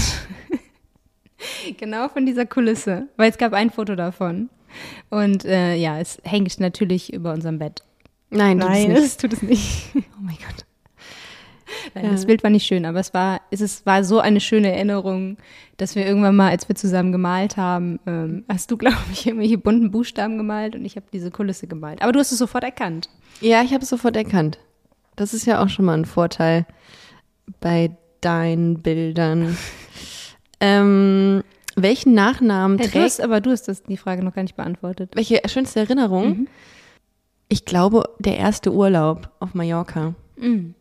S1: Genau von dieser Kulisse, weil es gab ein Foto davon. Und es hängt natürlich über unserem Bett.
S2: Nein,
S1: es tut es nicht.
S2: Oh mein Gott.
S1: Nein, das Bild war nicht schön, aber es war so eine schöne Erinnerung, dass wir irgendwann mal, als wir zusammen gemalt haben, hast du, glaube ich, irgendwelche bunten Buchstaben gemalt und ich habe diese Kulisse gemalt. Aber du hast es sofort erkannt.
S2: Ja, ich habe es sofort erkannt. Das ist ja auch schon mal ein Vorteil bei deinen Bildern. Welchen Nachnamen trägt...
S1: Du hast die Frage noch gar nicht beantwortet.
S2: Welche schönste Erinnerung?
S1: Mhm.
S2: Ich glaube, der erste Urlaub auf Mallorca.
S1: Mhm.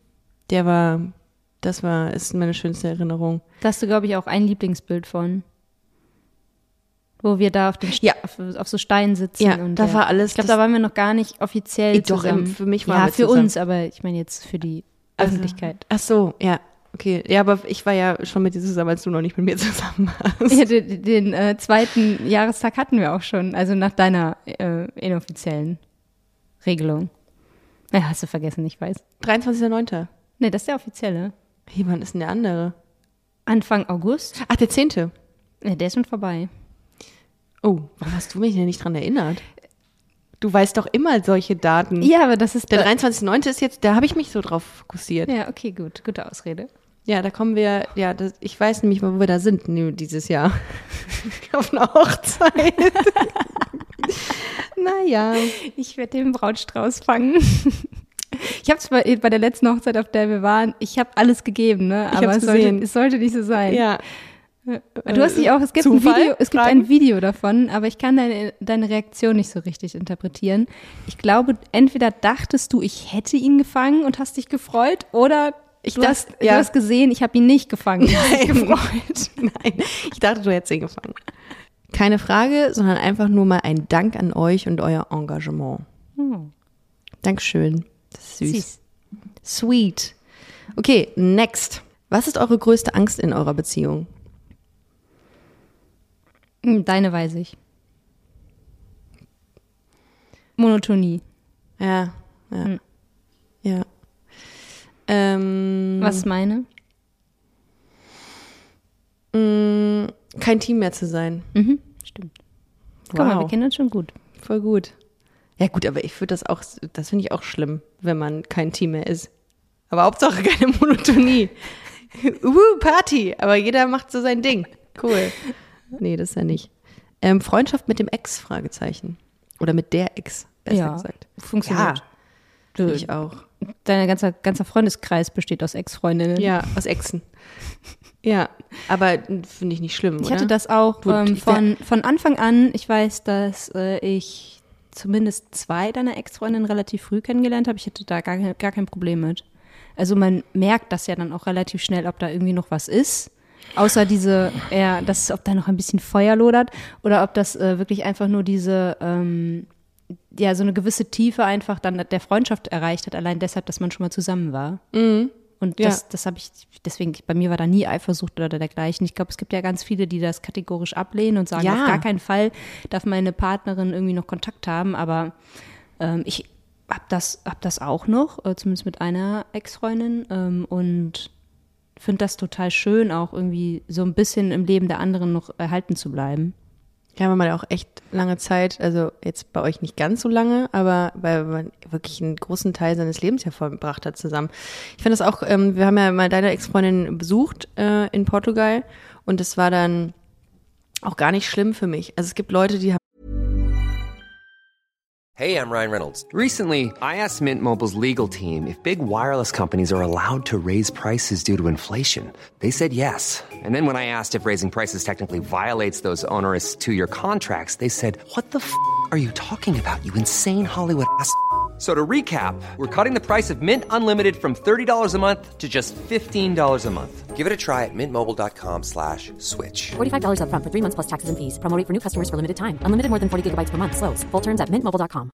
S2: Ist meine schönste Erinnerung.
S1: Da hast du, glaube ich, auch ein Lieblingsbild von. Wo wir da auf so Steinen sitzen.
S2: Ja,
S1: und
S2: da war alles.
S1: Ich glaube, da waren wir noch gar nicht offiziell zusammen.
S2: Für mich waren wir
S1: für
S2: zusammen.
S1: Uns, aber ich meine jetzt für die Öffentlichkeit.
S2: Ach so, ja. Okay, ja, aber ich war ja schon mit dir zusammen, als du noch nicht mit mir zusammen warst.
S1: Ja, den zweiten Jahrestag hatten wir auch schon, also nach deiner inoffiziellen Regelung. Ja, hast du vergessen, ich weiß.
S2: 23.09.
S1: Nee, das ist der offizielle.
S2: Hey, wann ist denn der andere?
S1: Anfang August.
S2: Ach, der 10.
S1: Ja, der ist schon vorbei.
S2: Oh, warum hast du mich denn nicht dran erinnert? Du weißt doch immer solche Daten.
S1: Ja, aber das ist...
S2: Der 23.09. ist jetzt, da habe ich mich so drauf fokussiert.
S1: Ja, okay, gut. Gute Ausrede.
S2: Ja, da kommen wir, ich weiß nämlich mal, wo wir da sind dieses Jahr. Auf einer Hochzeit. Naja.
S1: Ich werde den Brautstrauß fangen. Ich habe es bei der letzten Hochzeit, auf der wir waren, ich habe alles gegeben, ne? Aber es sollte nicht so sein.
S2: Ja.
S1: Du hast dich auch, es gibt ein Video davon, aber ich kann deine Reaktion nicht so richtig interpretieren. Ich glaube, entweder dachtest du, ich hätte ihn gefangen und hast dich gefreut, oder du hast gesehen, ich habe ihn nicht gefangen und hast dich gefreut.
S2: Nein, ich dachte, du hättest ihn gefangen. Keine Frage, sondern einfach nur mal ein Dank an euch und euer Engagement. Dankeschön. Das ist süß. Sweet. Okay, next. Was ist eure größte Angst in eurer Beziehung?
S1: Deine weiß ich. Monotonie.
S2: Ja.
S1: Was ist meine?
S2: Kein Team mehr zu sein.
S1: Mhm, stimmt. Guck mal, wir kennen uns schon gut.
S2: Voll gut. Ja gut, aber ich finde das finde ich auch schlimm, wenn man kein Team mehr ist. Aber Hauptsache keine Monotonie. Party, aber jeder macht so sein Ding. Cool. Nee, das ist ja nicht. Freundschaft mit dem Ex, Fragezeichen. Oder mit der Ex, besser gesagt.
S1: Funktioniert.
S2: Ja, finde ich auch.
S1: Dein ganzer Freundeskreis besteht aus Ex-Freundinnen.
S2: Ja, aus Exen. Ja, aber finde ich nicht schlimm, oder?
S1: Ich hatte das auch von Anfang an. Ich weiß, dass ich zumindest 2 deiner Ex-Freundinnen relativ früh kennengelernt habe. Ich hatte da gar kein Problem mit. Also man merkt das ja dann auch relativ schnell, ob da irgendwie noch was ist. Außer ob da noch ein bisschen Feuer lodert oder ob das wirklich einfach nur diese, so eine gewisse Tiefe einfach dann der Freundschaft erreicht hat, allein deshalb, dass man schon mal zusammen war.
S2: Mhm.
S1: Und das habe ich, deswegen, bei mir war da nie Eifersucht oder dergleichen. Ich glaube, es gibt ja ganz viele, die das kategorisch ablehnen und sagen, auf gar keinen Fall darf meine Partnerin irgendwie noch Kontakt haben, aber ich hab das auch noch, zumindest mit einer Ex-Freundin und finde das total schön, auch irgendwie so ein bisschen im Leben der anderen noch erhalten zu bleiben.
S2: Ja, weil man ja auch echt lange Zeit, also jetzt bei euch nicht ganz so lange, aber weil man wirklich einen großen Teil seines Lebens ja verbracht hat zusammen. Ich finde das auch, wir haben ja mal deine Ex-Freundin besucht in Portugal und das war dann auch gar nicht schlimm für mich. Also es gibt Leute, die haben...
S3: Hey, I'm Ryan Reynolds. Recently, I asked Mint Mobile's legal team if big wireless companies are allowed to raise prices due to inflation. They said yes. And then when I asked if raising prices technically violates those onerous 2-year contracts, they said, "What the f*** are you talking about, you insane Hollywood ass?" So to recap, we're cutting the price of Mint Unlimited from $30 a month to just $15 a month. Give it a try at mintmobile.com/switch.
S4: $45 up front for 3 months plus taxes and fees. Promo rate for new customers for limited time. Unlimited more than 40 gigabytes per month. Slows full terms at mintmobile.com.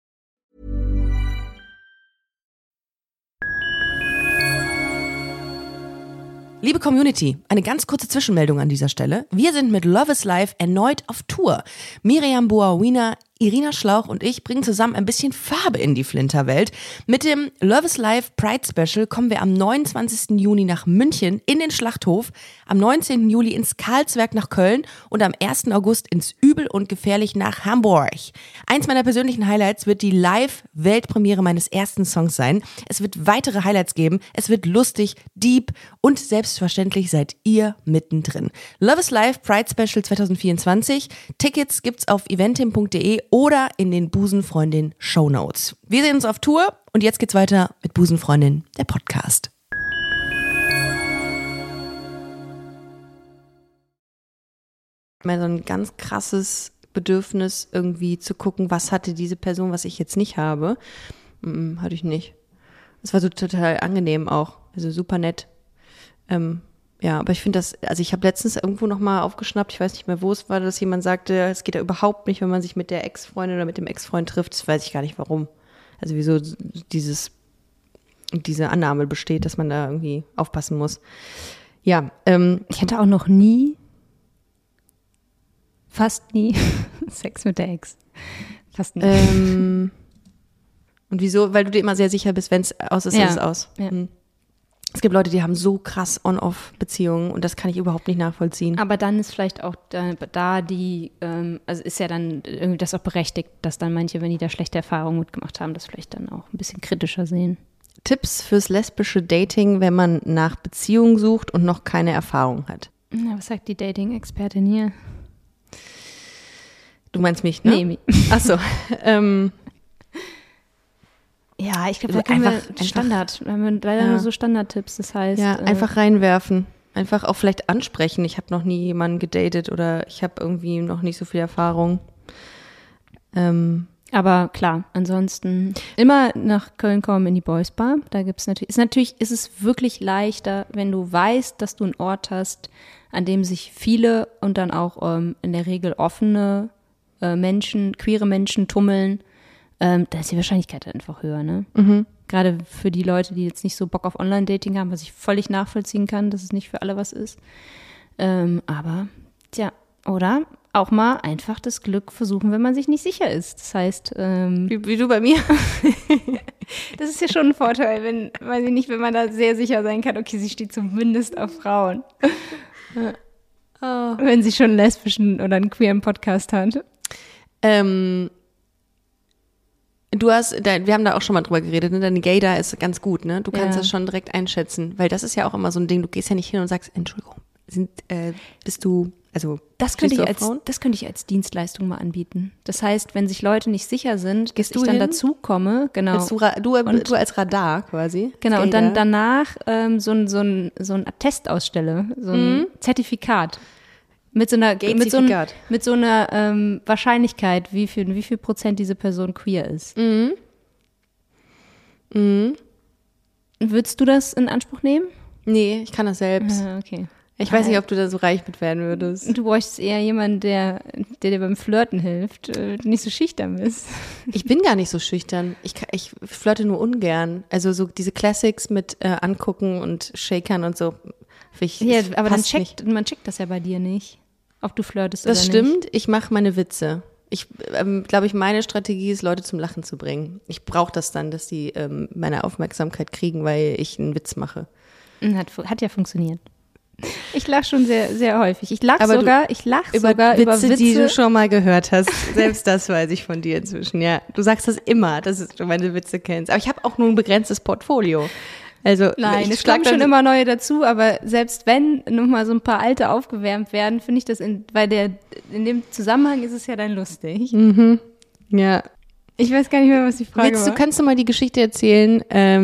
S2: Liebe Community, eine ganz kurze Zwischenmeldung an dieser Stelle. Wir sind mit Love is Life erneut auf Tour. Miriam Boawina, Irina Schlauch und ich bringen zusammen ein bisschen Farbe in die Flinterwelt. Mit dem Love is Life Pride Special kommen wir am 29. Juni nach München in den Schlachthof, am 19. Juli ins Karlswerk nach Köln und am 1. August ins Übel und Gefährlich nach Hamburg. Eins meiner persönlichen Highlights wird die Live-Weltpremiere meines ersten Songs sein. Es wird weitere Highlights geben, es wird lustig, deep und selbstverständlich seid ihr mittendrin. Love is Life Pride Special 2024. Tickets gibt's auf eventim.de oder in den Busenfreundin Shownotes. Wir sehen uns auf Tour und jetzt geht's weiter mit Busenfreundin, der Podcast. Mal so ein ganz krasses Bedürfnis irgendwie zu gucken, was hatte diese Person, was ich jetzt nicht habe. Hatte ich nicht. Es war so total angenehm auch, also super nett. Ja, aber ich finde das, also ich habe letztens irgendwo nochmal aufgeschnappt, ich weiß nicht mehr, wo es war, dass jemand sagte, es geht ja überhaupt nicht, wenn man sich mit der Ex-Freundin oder mit dem Ex-Freund trifft. Das weiß ich gar nicht, warum. Also wieso diese Annahme besteht, dass man da irgendwie aufpassen muss. Ja,
S1: ich hatte auch noch nie, fast nie, Sex mit der Ex. Fast nie.
S2: Und wieso? Weil du dir immer sehr sicher bist, wenn es aus ist, ist es aus.
S1: Ja.
S2: Es gibt Leute, die haben so krass On-Off-Beziehungen und das kann ich überhaupt nicht nachvollziehen.
S1: Aber dann ist vielleicht auch da die, also ist ja dann irgendwie das auch berechtigt, dass dann manche, wenn die da schlechte Erfahrungen mitgemacht haben, das vielleicht dann auch ein bisschen kritischer sehen.
S2: Tipps fürs lesbische Dating, wenn man nach Beziehungen sucht und noch keine Erfahrung hat.
S1: Na, was sagt die Dating-Expertin hier?
S2: Du meinst mich, ne?
S1: Nee.
S2: Ach so.
S1: Ja, ich glaube, da können wir Standard. Wir haben leider nur so Standardtipps, das heißt.
S2: Ja, einfach reinwerfen. Einfach auch vielleicht ansprechen. Ich habe noch nie jemanden gedatet oder ich habe irgendwie noch nicht so viel Erfahrung.
S1: Aber klar, ansonsten immer nach Köln kommen in die Boys Bar. Da gibt's natürlich, ist es wirklich leichter, wenn du weißt, dass du einen Ort hast, an dem sich viele und dann auch in der Regel offene Menschen, queere Menschen tummeln. Da ist die Wahrscheinlichkeit einfach höher, ne? Mhm. Gerade für die Leute, die jetzt nicht so Bock auf Online-Dating haben, was ich völlig nachvollziehen kann, dass es nicht für alle was ist. Aber, tja, oder auch mal einfach das Glück versuchen, wenn man sich nicht sicher ist. Das heißt,
S2: wie du bei mir.
S1: Das ist ja schon ein Vorteil, weiß ich nicht, wenn man da sehr sicher sein kann, okay, sie steht zumindest auf Frauen. Wenn sie schon einen lesbischen oder einen queeren Podcast hat.
S2: Wir haben da auch schon mal drüber geredet, ne? Deine Gaydar ist ganz gut, ne? Du kannst das schon direkt einschätzen, weil das ist ja auch immer so ein Ding, du gehst ja nicht hin und sagst, Entschuldigung, bist du, also
S1: das könnte ich als Dienstleistung mal anbieten. Das heißt, wenn sich Leute nicht sicher sind, dass ich dann dazu komme, genau.
S2: Du als Radar quasi.
S1: Genau, und dann danach so ein Attest ausstelle, so ein Zertifikat. Mit so einer Wahrscheinlichkeit, wie viel Prozent diese Person queer ist. Würdest du das in Anspruch nehmen?
S2: Nee, ich kann das selbst.
S1: Okay.
S2: Ich weiß nicht, ob du da so reich mit werden würdest.
S1: Du bräuchtest eher jemanden, der dir beim Flirten hilft, nicht so schüchtern bist.
S2: Ich bin gar nicht so schüchtern. Ich flirte nur ungern. Also so diese Classics mit angucken und Shakern und so.
S1: Ja, aber man checkt das ja bei dir nicht, ob du flirtest oder nicht.
S2: Das stimmt, ich mache meine Witze. Ich glaube, meine Strategie ist, Leute zum Lachen zu bringen. Ich brauche das dann, dass die meine Aufmerksamkeit kriegen, weil ich einen Witz mache.
S1: Hat ja funktioniert. Ich lache schon sehr, sehr häufig. Ich lache sogar über Witze,
S2: die du schon mal gehört hast. Selbst das weiß ich von dir inzwischen, ja. Du sagst das immer, dass du meine Witze kennst. Aber ich habe auch nur ein begrenztes Portfolio. Also,
S1: nein, es kommen schon immer neue dazu, aber selbst wenn nochmal so ein paar alte aufgewärmt werden, finde ich das in dem Zusammenhang ist es ja dann lustig.
S2: Mhm. Ja.
S1: Ich weiß gar nicht mehr, was die Frage war.
S2: Kannst du mal die Geschichte erzählen,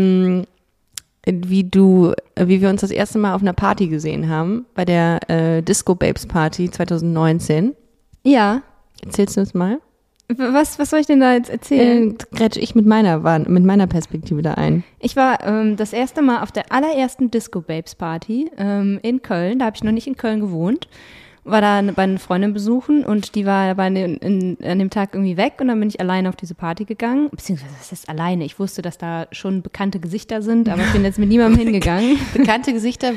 S2: wie wir uns das erste Mal auf einer Party gesehen haben, bei der Disco Babes Party 2019?
S1: Ja.
S2: Erzählst du uns mal?
S1: Was soll ich denn da jetzt erzählen?
S2: Grätsche ich mit meiner Perspektive da ein.
S1: Ich war das erste Mal auf der allerersten Disco Babes Party in Köln. Da habe ich noch nicht in Köln gewohnt. war da bei einer Freundin besuchen und die war an dem Tag irgendwie weg und dann bin ich alleine auf diese Party gegangen. Beziehungsweise, was heißt alleine? Ich wusste, dass da schon bekannte Gesichter sind, aber ich bin jetzt mit niemandem hingegangen.
S2: Bekannte Gesichter,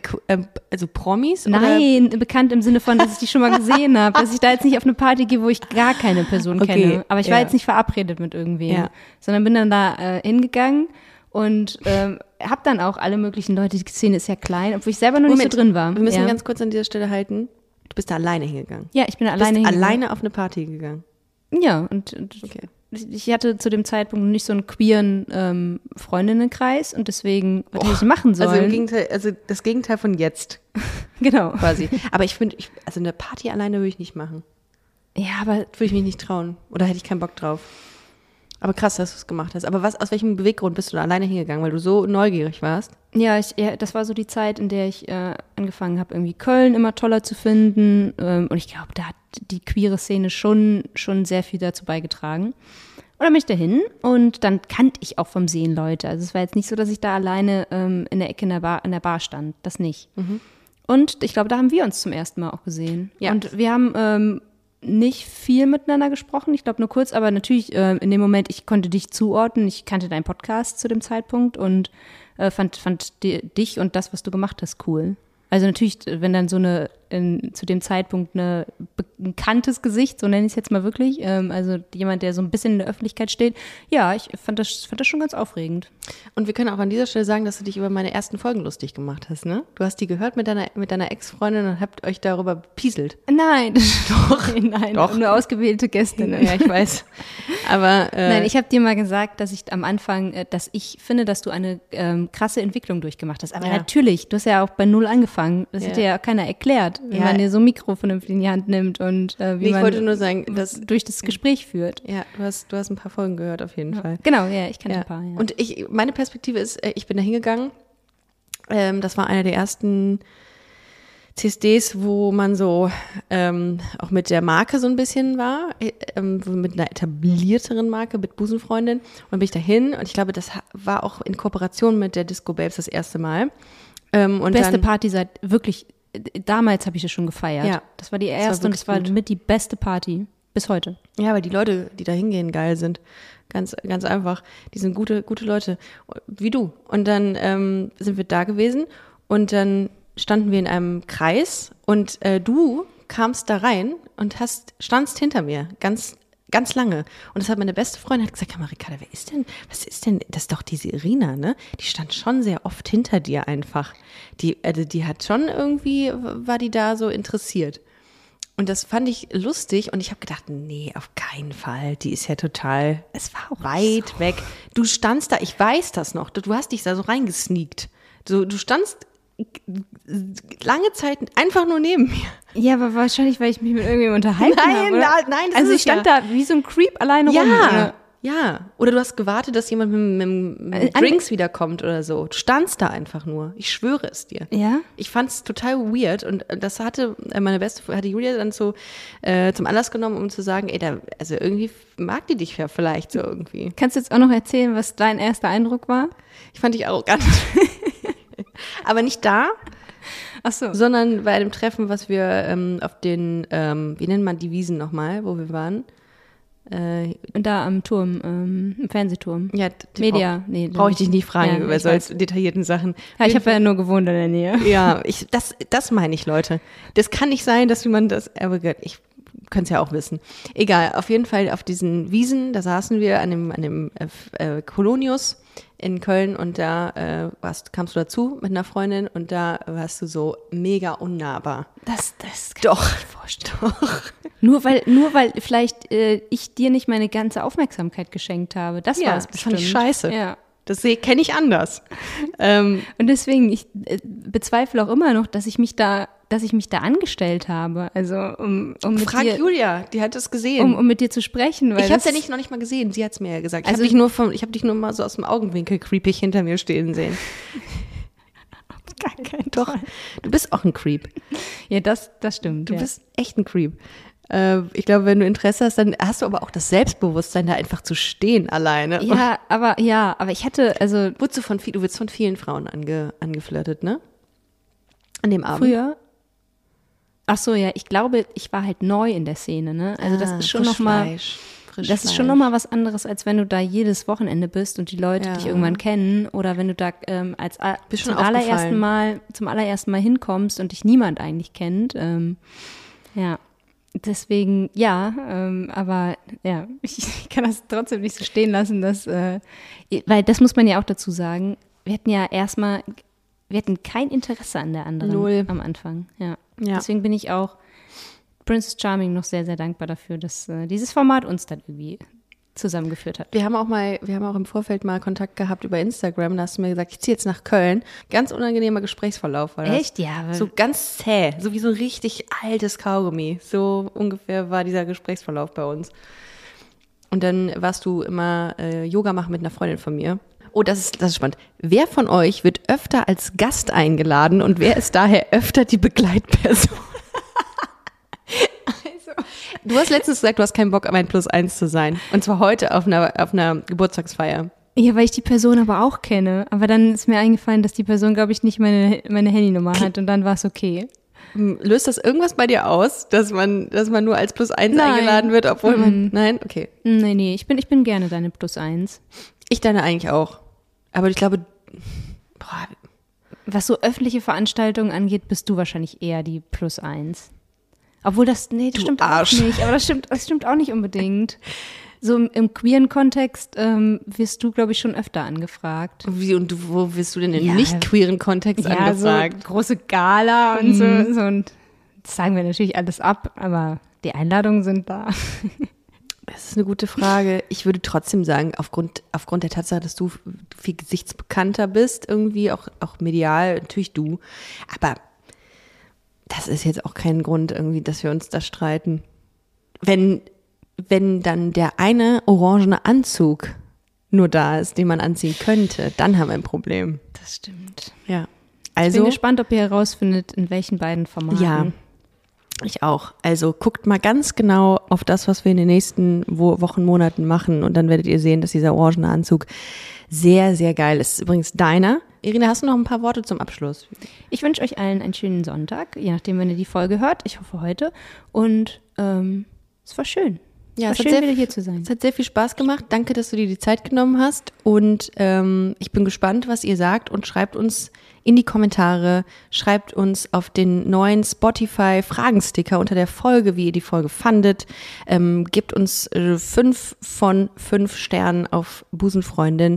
S2: also Promis?
S1: Nein, bekannt im Sinne von, dass ich die schon mal gesehen habe. Dass ich da jetzt nicht auf eine Party gehe, wo ich gar keine Person kenne. Aber ich war jetzt nicht verabredet mit irgendwem, sondern bin dann da hingegangen und habe dann auch alle möglichen Leute, die Szene ist ja klein, obwohl ich selber noch nicht so drin war.
S2: Wir müssen ganz kurz an dieser Stelle halten. Du bist da alleine hingegangen.
S1: Ja, ich bin alleine
S2: hingegangen. Alleine auf eine Party gegangen.
S1: Ja, und okay. Ich hatte zu dem Zeitpunkt nicht so einen queeren Freundinnenkreis und deswegen, was hätte ich machen sollen?
S2: Also im Gegenteil, also das Gegenteil von jetzt.
S1: Genau.
S2: Quasi. Aber ich finde, also eine Party alleine würde ich nicht machen.
S1: Ja, aber
S2: würde ich mich nicht trauen. Oder hätte ich keinen Bock drauf. Aber krass, dass du es gemacht hast. Aber aus welchem Beweggrund bist du da alleine hingegangen? Weil du so neugierig warst?
S1: Ja, das war so die Zeit, in der ich angefangen habe, irgendwie Köln immer toller zu finden. Und ich glaube, da hat die queere Szene schon sehr viel dazu beigetragen. Und dann bin ich dahin und dann kannte ich auch vom Sehen Leute. Also es war jetzt nicht so, dass ich da alleine in der Ecke in der Bar stand. Das nicht. Mhm. Und ich glaube, da haben wir uns zum ersten Mal auch gesehen. Ja. Und wir haben nicht viel miteinander gesprochen, ich glaube nur kurz, aber natürlich in dem Moment, ich konnte dich zuordnen, ich kannte deinen Podcast zu dem Zeitpunkt und fand dich und das, was du gemacht hast, cool. Also natürlich, wenn dann so zu dem Zeitpunkt ein bekanntes Gesicht, so nenne ich es jetzt mal wirklich, also jemand, der so ein bisschen in der Öffentlichkeit steht, ja, ich fand das schon ganz aufregend.
S2: Und wir können auch an dieser Stelle sagen, dass du dich über meine ersten Folgen lustig gemacht hast, ne? Du hast die gehört mit deiner Ex-Freundin und habt euch darüber bepieselt.
S1: Nein, nein, doch. Nur ausgewählte Gästinnen.
S2: Ja, ich weiß. Aber
S1: nein, ich habe dir mal gesagt, dass ich am Anfang, dass ich finde, dass du eine krasse Entwicklung durchgemacht hast. Aber natürlich, du hast ja auch bei Null angefangen. Das hätte ja keiner erklärt, wenn man dir so ein Mikro vernünftig in die Hand nimmt und wie man
S2: wollte nur sagen, dass
S1: durch das Gespräch führt.
S2: Ja, du hast ein paar Folgen gehört auf jeden Fall.
S1: Genau, ja, ich kannte ein paar. Ja.
S2: Und meine Perspektive ist, ich bin da hingegangen. Das war einer der ersten CSDs, wo man so auch mit der Marke so ein bisschen war, mit einer etablierteren Marke, mit Busenfreundin. Und dann bin ich dahin und ich glaube, das war auch in Kooperation mit der Disco Babes das erste Mal. Und
S1: beste Party seit wirklich, damals habe ich das schon gefeiert. Ja, das war die erste und es war mit die beste Party bis heute.
S2: Ja, weil die Leute, die da hingehen, geil sind. Ganz, ganz einfach. Die sind gute Leute, wie du. Und dann sind wir da gewesen und dann standen wir in einem Kreis und du kamst da rein und standst hinter mir, ganz ganz lange. Und das hat meine beste Freundin gesagt, Ricarda, was ist denn, das ist doch diese Irina, ne? Die stand schon sehr oft hinter dir einfach. Die hat schon irgendwie, war die da so interessiert. Und das fand ich lustig und ich habe gedacht, nee, auf keinen Fall. Die ist ja total, es war auch weit weg. Du standst da, ich weiß das noch, du hast dich da so reingesneakt. Du standst lange Zeit einfach nur neben mir.
S1: Ja, aber wahrscheinlich, weil ich mich mit irgendjemandem unterhalten habe.
S2: Nein, das
S1: also ich stand da wie so ein Creep alleine rum. Oder?
S2: Ja. Oder du hast gewartet, dass jemand mit Drinks wiederkommt oder so. Du standst da einfach nur. Ich schwöre es dir.
S1: Ja?
S2: Ich fand es total weird und das hatte Julia dann so zum Anlass genommen, um zu sagen, also irgendwie mag die dich ja vielleicht so irgendwie.
S1: Kannst du jetzt auch noch erzählen, was dein erster Eindruck war?
S2: Ich fand dich arrogant. Aber nicht da, sondern bei einem Treffen, was wir auf den, wie nennt man die Wiesen nochmal, wo wir waren?
S1: Da am Turm, im Fernsehturm.
S2: Ja,
S1: Media.
S2: Brauche ich dich nicht fragen über solche detaillierten Sachen.
S1: Ja, ich habe ja nur gewohnt in der Nähe.
S2: Ja, das meine ich, Leute. Das kann nicht sein, dass man das, aber ich könnte es ja auch wissen. Egal, auf jeden Fall auf diesen Wiesen, da saßen wir an dem Kolonius in Köln und da kamst du dazu mit einer Freundin und da warst du so mega unnahbar.
S1: Das kann
S2: doch,
S1: ich mir nicht vorstellen. Doch. Nur weil vielleicht ich dir nicht meine ganze Aufmerksamkeit geschenkt habe. Das war es bestimmt.
S2: Das fand ich scheiße.
S1: Ja.
S2: Das kenne ich anders.
S1: Und deswegen, ich bezweifle auch immer noch, dass ich mich da angestellt habe. Also
S2: Frag Julia, die hat das gesehen.
S1: Um mit dir zu sprechen. Weil
S2: ich habe es ja noch nicht mal gesehen, sie hat es mir ja gesagt. Also ich habe dich nur mal so aus dem Augenwinkel creepig hinter mir stehen sehen.
S1: Gar kein
S2: Doch,
S1: Fall.
S2: Du bist auch ein Creep.
S1: Ja, das stimmt.
S2: Du bist echt ein Creep. Ich glaube, wenn du Interesse hast, dann hast du aber auch das Selbstbewusstsein, da einfach zu stehen alleine.
S1: Ja, aber ich hatte, also...
S2: Du wirst von vielen Frauen angeflirtet, ne? An dem Abend.
S1: Früher? Ach so, ja, ich glaube, ich war halt neu in der Szene, ne? Also das ist schon nochmal, das ist schon nochmal was anderes, als wenn du da jedes Wochenende bist und die Leute dich irgendwann kennen oder wenn du da zum allerersten Mal hinkommst und dich niemand eigentlich kennt. Ja, deswegen, aber ja, ich kann das trotzdem nicht so stehen lassen, dass, weil das muss man ja auch dazu sagen, wir hatten kein Interesse an der anderen am Anfang. Ja. Deswegen bin ich auch Princess Charming noch sehr, sehr dankbar dafür, dass dieses Format uns dann irgendwie zusammengeführt hat.
S2: Wir haben auch im Vorfeld mal Kontakt gehabt über Instagram. Da hast du mir gesagt, ich ziehe jetzt nach Köln. Ganz unangenehmer Gesprächsverlauf war das.
S1: Echt? Ja.
S2: So ganz zäh, so wie so ein richtig altes Kaugummi. So ungefähr war dieser Gesprächsverlauf bei uns. Und dann warst du immer Yoga machen mit einer Freundin von mir. Oh, das ist spannend. Wer von euch wird öfter als Gast eingeladen und wer ist daher öfter die Begleitperson? Du hast letztens gesagt, du hast keinen Bock, mein +1 zu sein. Und zwar heute auf einer Geburtstagsfeier.
S1: Ja, weil ich die Person aber auch kenne. Aber dann ist mir eingefallen, dass die Person, glaube ich, nicht meine Handynummer hat und dann war es okay.
S2: Löst das irgendwas bei dir aus, dass man nur als +1 eingeladen wird, obwohl man... Nein? Okay.
S1: Nee, ich bin gerne deine +1.
S2: Ich deine eigentlich auch. Aber ich glaube,
S1: was so öffentliche Veranstaltungen angeht, bist du wahrscheinlich eher die +1. Obwohl das stimmt
S2: Arsch.
S1: auch nicht. Aber das stimmt auch nicht unbedingt. So im queeren Kontext wirst du, glaube ich, schon öfter angefragt.
S2: Wie und wo wirst du denn im nicht queeren Kontext angefragt?
S1: So große Gala und so. Und das sagen wir natürlich alles ab, aber die Einladungen sind da.
S2: Das ist eine gute Frage. Ich würde trotzdem sagen, aufgrund der Tatsache, dass du viel gesichtsbekannter bist, irgendwie auch medial, natürlich du. Aber das ist jetzt auch kein Grund irgendwie, dass wir uns da streiten. Wenn dann der eine orangene Anzug nur da ist, den man anziehen könnte, dann haben wir ein Problem.
S1: Das stimmt.
S2: Ja.
S1: Ich bin gespannt, ob ihr herausfindet, in welchen beiden Formaten.
S2: Ja. Ich auch. Also guckt mal ganz genau auf das, was wir in den nächsten Wochen, Monaten machen und dann werdet ihr sehen, dass dieser orangene Anzug sehr, sehr geil ist. Übrigens deiner. Irina, hast du noch ein paar Worte zum Abschluss?
S1: Ich wünsche euch allen einen schönen Sonntag, je nachdem, wenn ihr die Folge hört. Ich hoffe heute. Und es war schön.
S2: Ja,
S1: es war schön, wieder hier zu sein.
S2: Es hat sehr viel Spaß gemacht. Danke, dass du dir die Zeit genommen hast. Und ich bin gespannt, was ihr sagt und schreibt uns in die Kommentare, schreibt uns auf den neuen Spotify-Fragensticker unter der Folge, wie ihr die Folge fandet. Gebt uns 5 von 5 Sternen auf Busenfreundin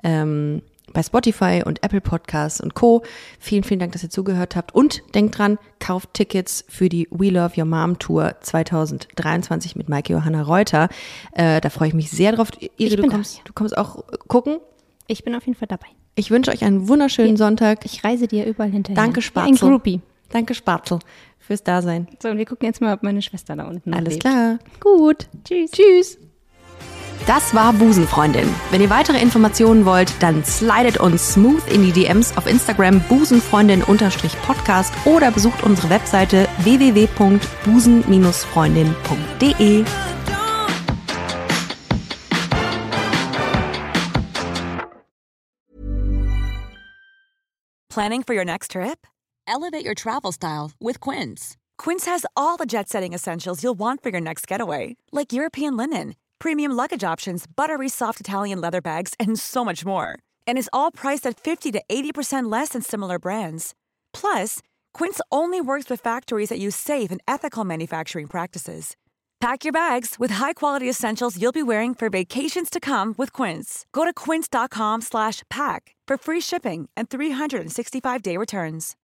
S2: bei Spotify und Apple Podcasts und Co. Vielen, vielen Dank, dass ihr zugehört habt. Und denkt dran, kauft Tickets für die We Love Your Mom Tour 2023 mit Maike Johanna Reuter. Da freue ich mich sehr drauf. Iri, du kommst auch gucken?
S1: Ich bin auf jeden Fall dabei.
S2: Ich wünsche euch einen wunderschönen Sonntag.
S1: Ich reise dir überall hinterher.
S2: Danke, Spatzel.
S1: Ein Groupie.
S2: Danke, Spatzel, fürs Dasein.
S1: So, und wir gucken jetzt mal, ob meine Schwester da unten
S2: Alles
S1: lebt.
S2: klar. Gut.
S1: Tschüss.
S2: Tschüss. Das war Busenfreundin. Wenn ihr weitere Informationen wollt, dann slidet uns smooth in die DMs auf Instagram busenfreundin_podcast oder besucht unsere Webseite www.busen-freundin.de.
S5: Planning for your next trip? Elevate your travel style with Quince. Quince has all the jet-setting essentials you'll want for your next getaway, like European linen, premium luggage options, buttery soft Italian leather bags, and so much more. And is all priced at 50 to 80% less than similar brands. Plus, Quince only works with factories that use safe and ethical manufacturing practices. Pack your bags with high-quality essentials you'll be wearing for vacations to come with Quince. Go to quince.com/pack for free shipping and 365-day returns.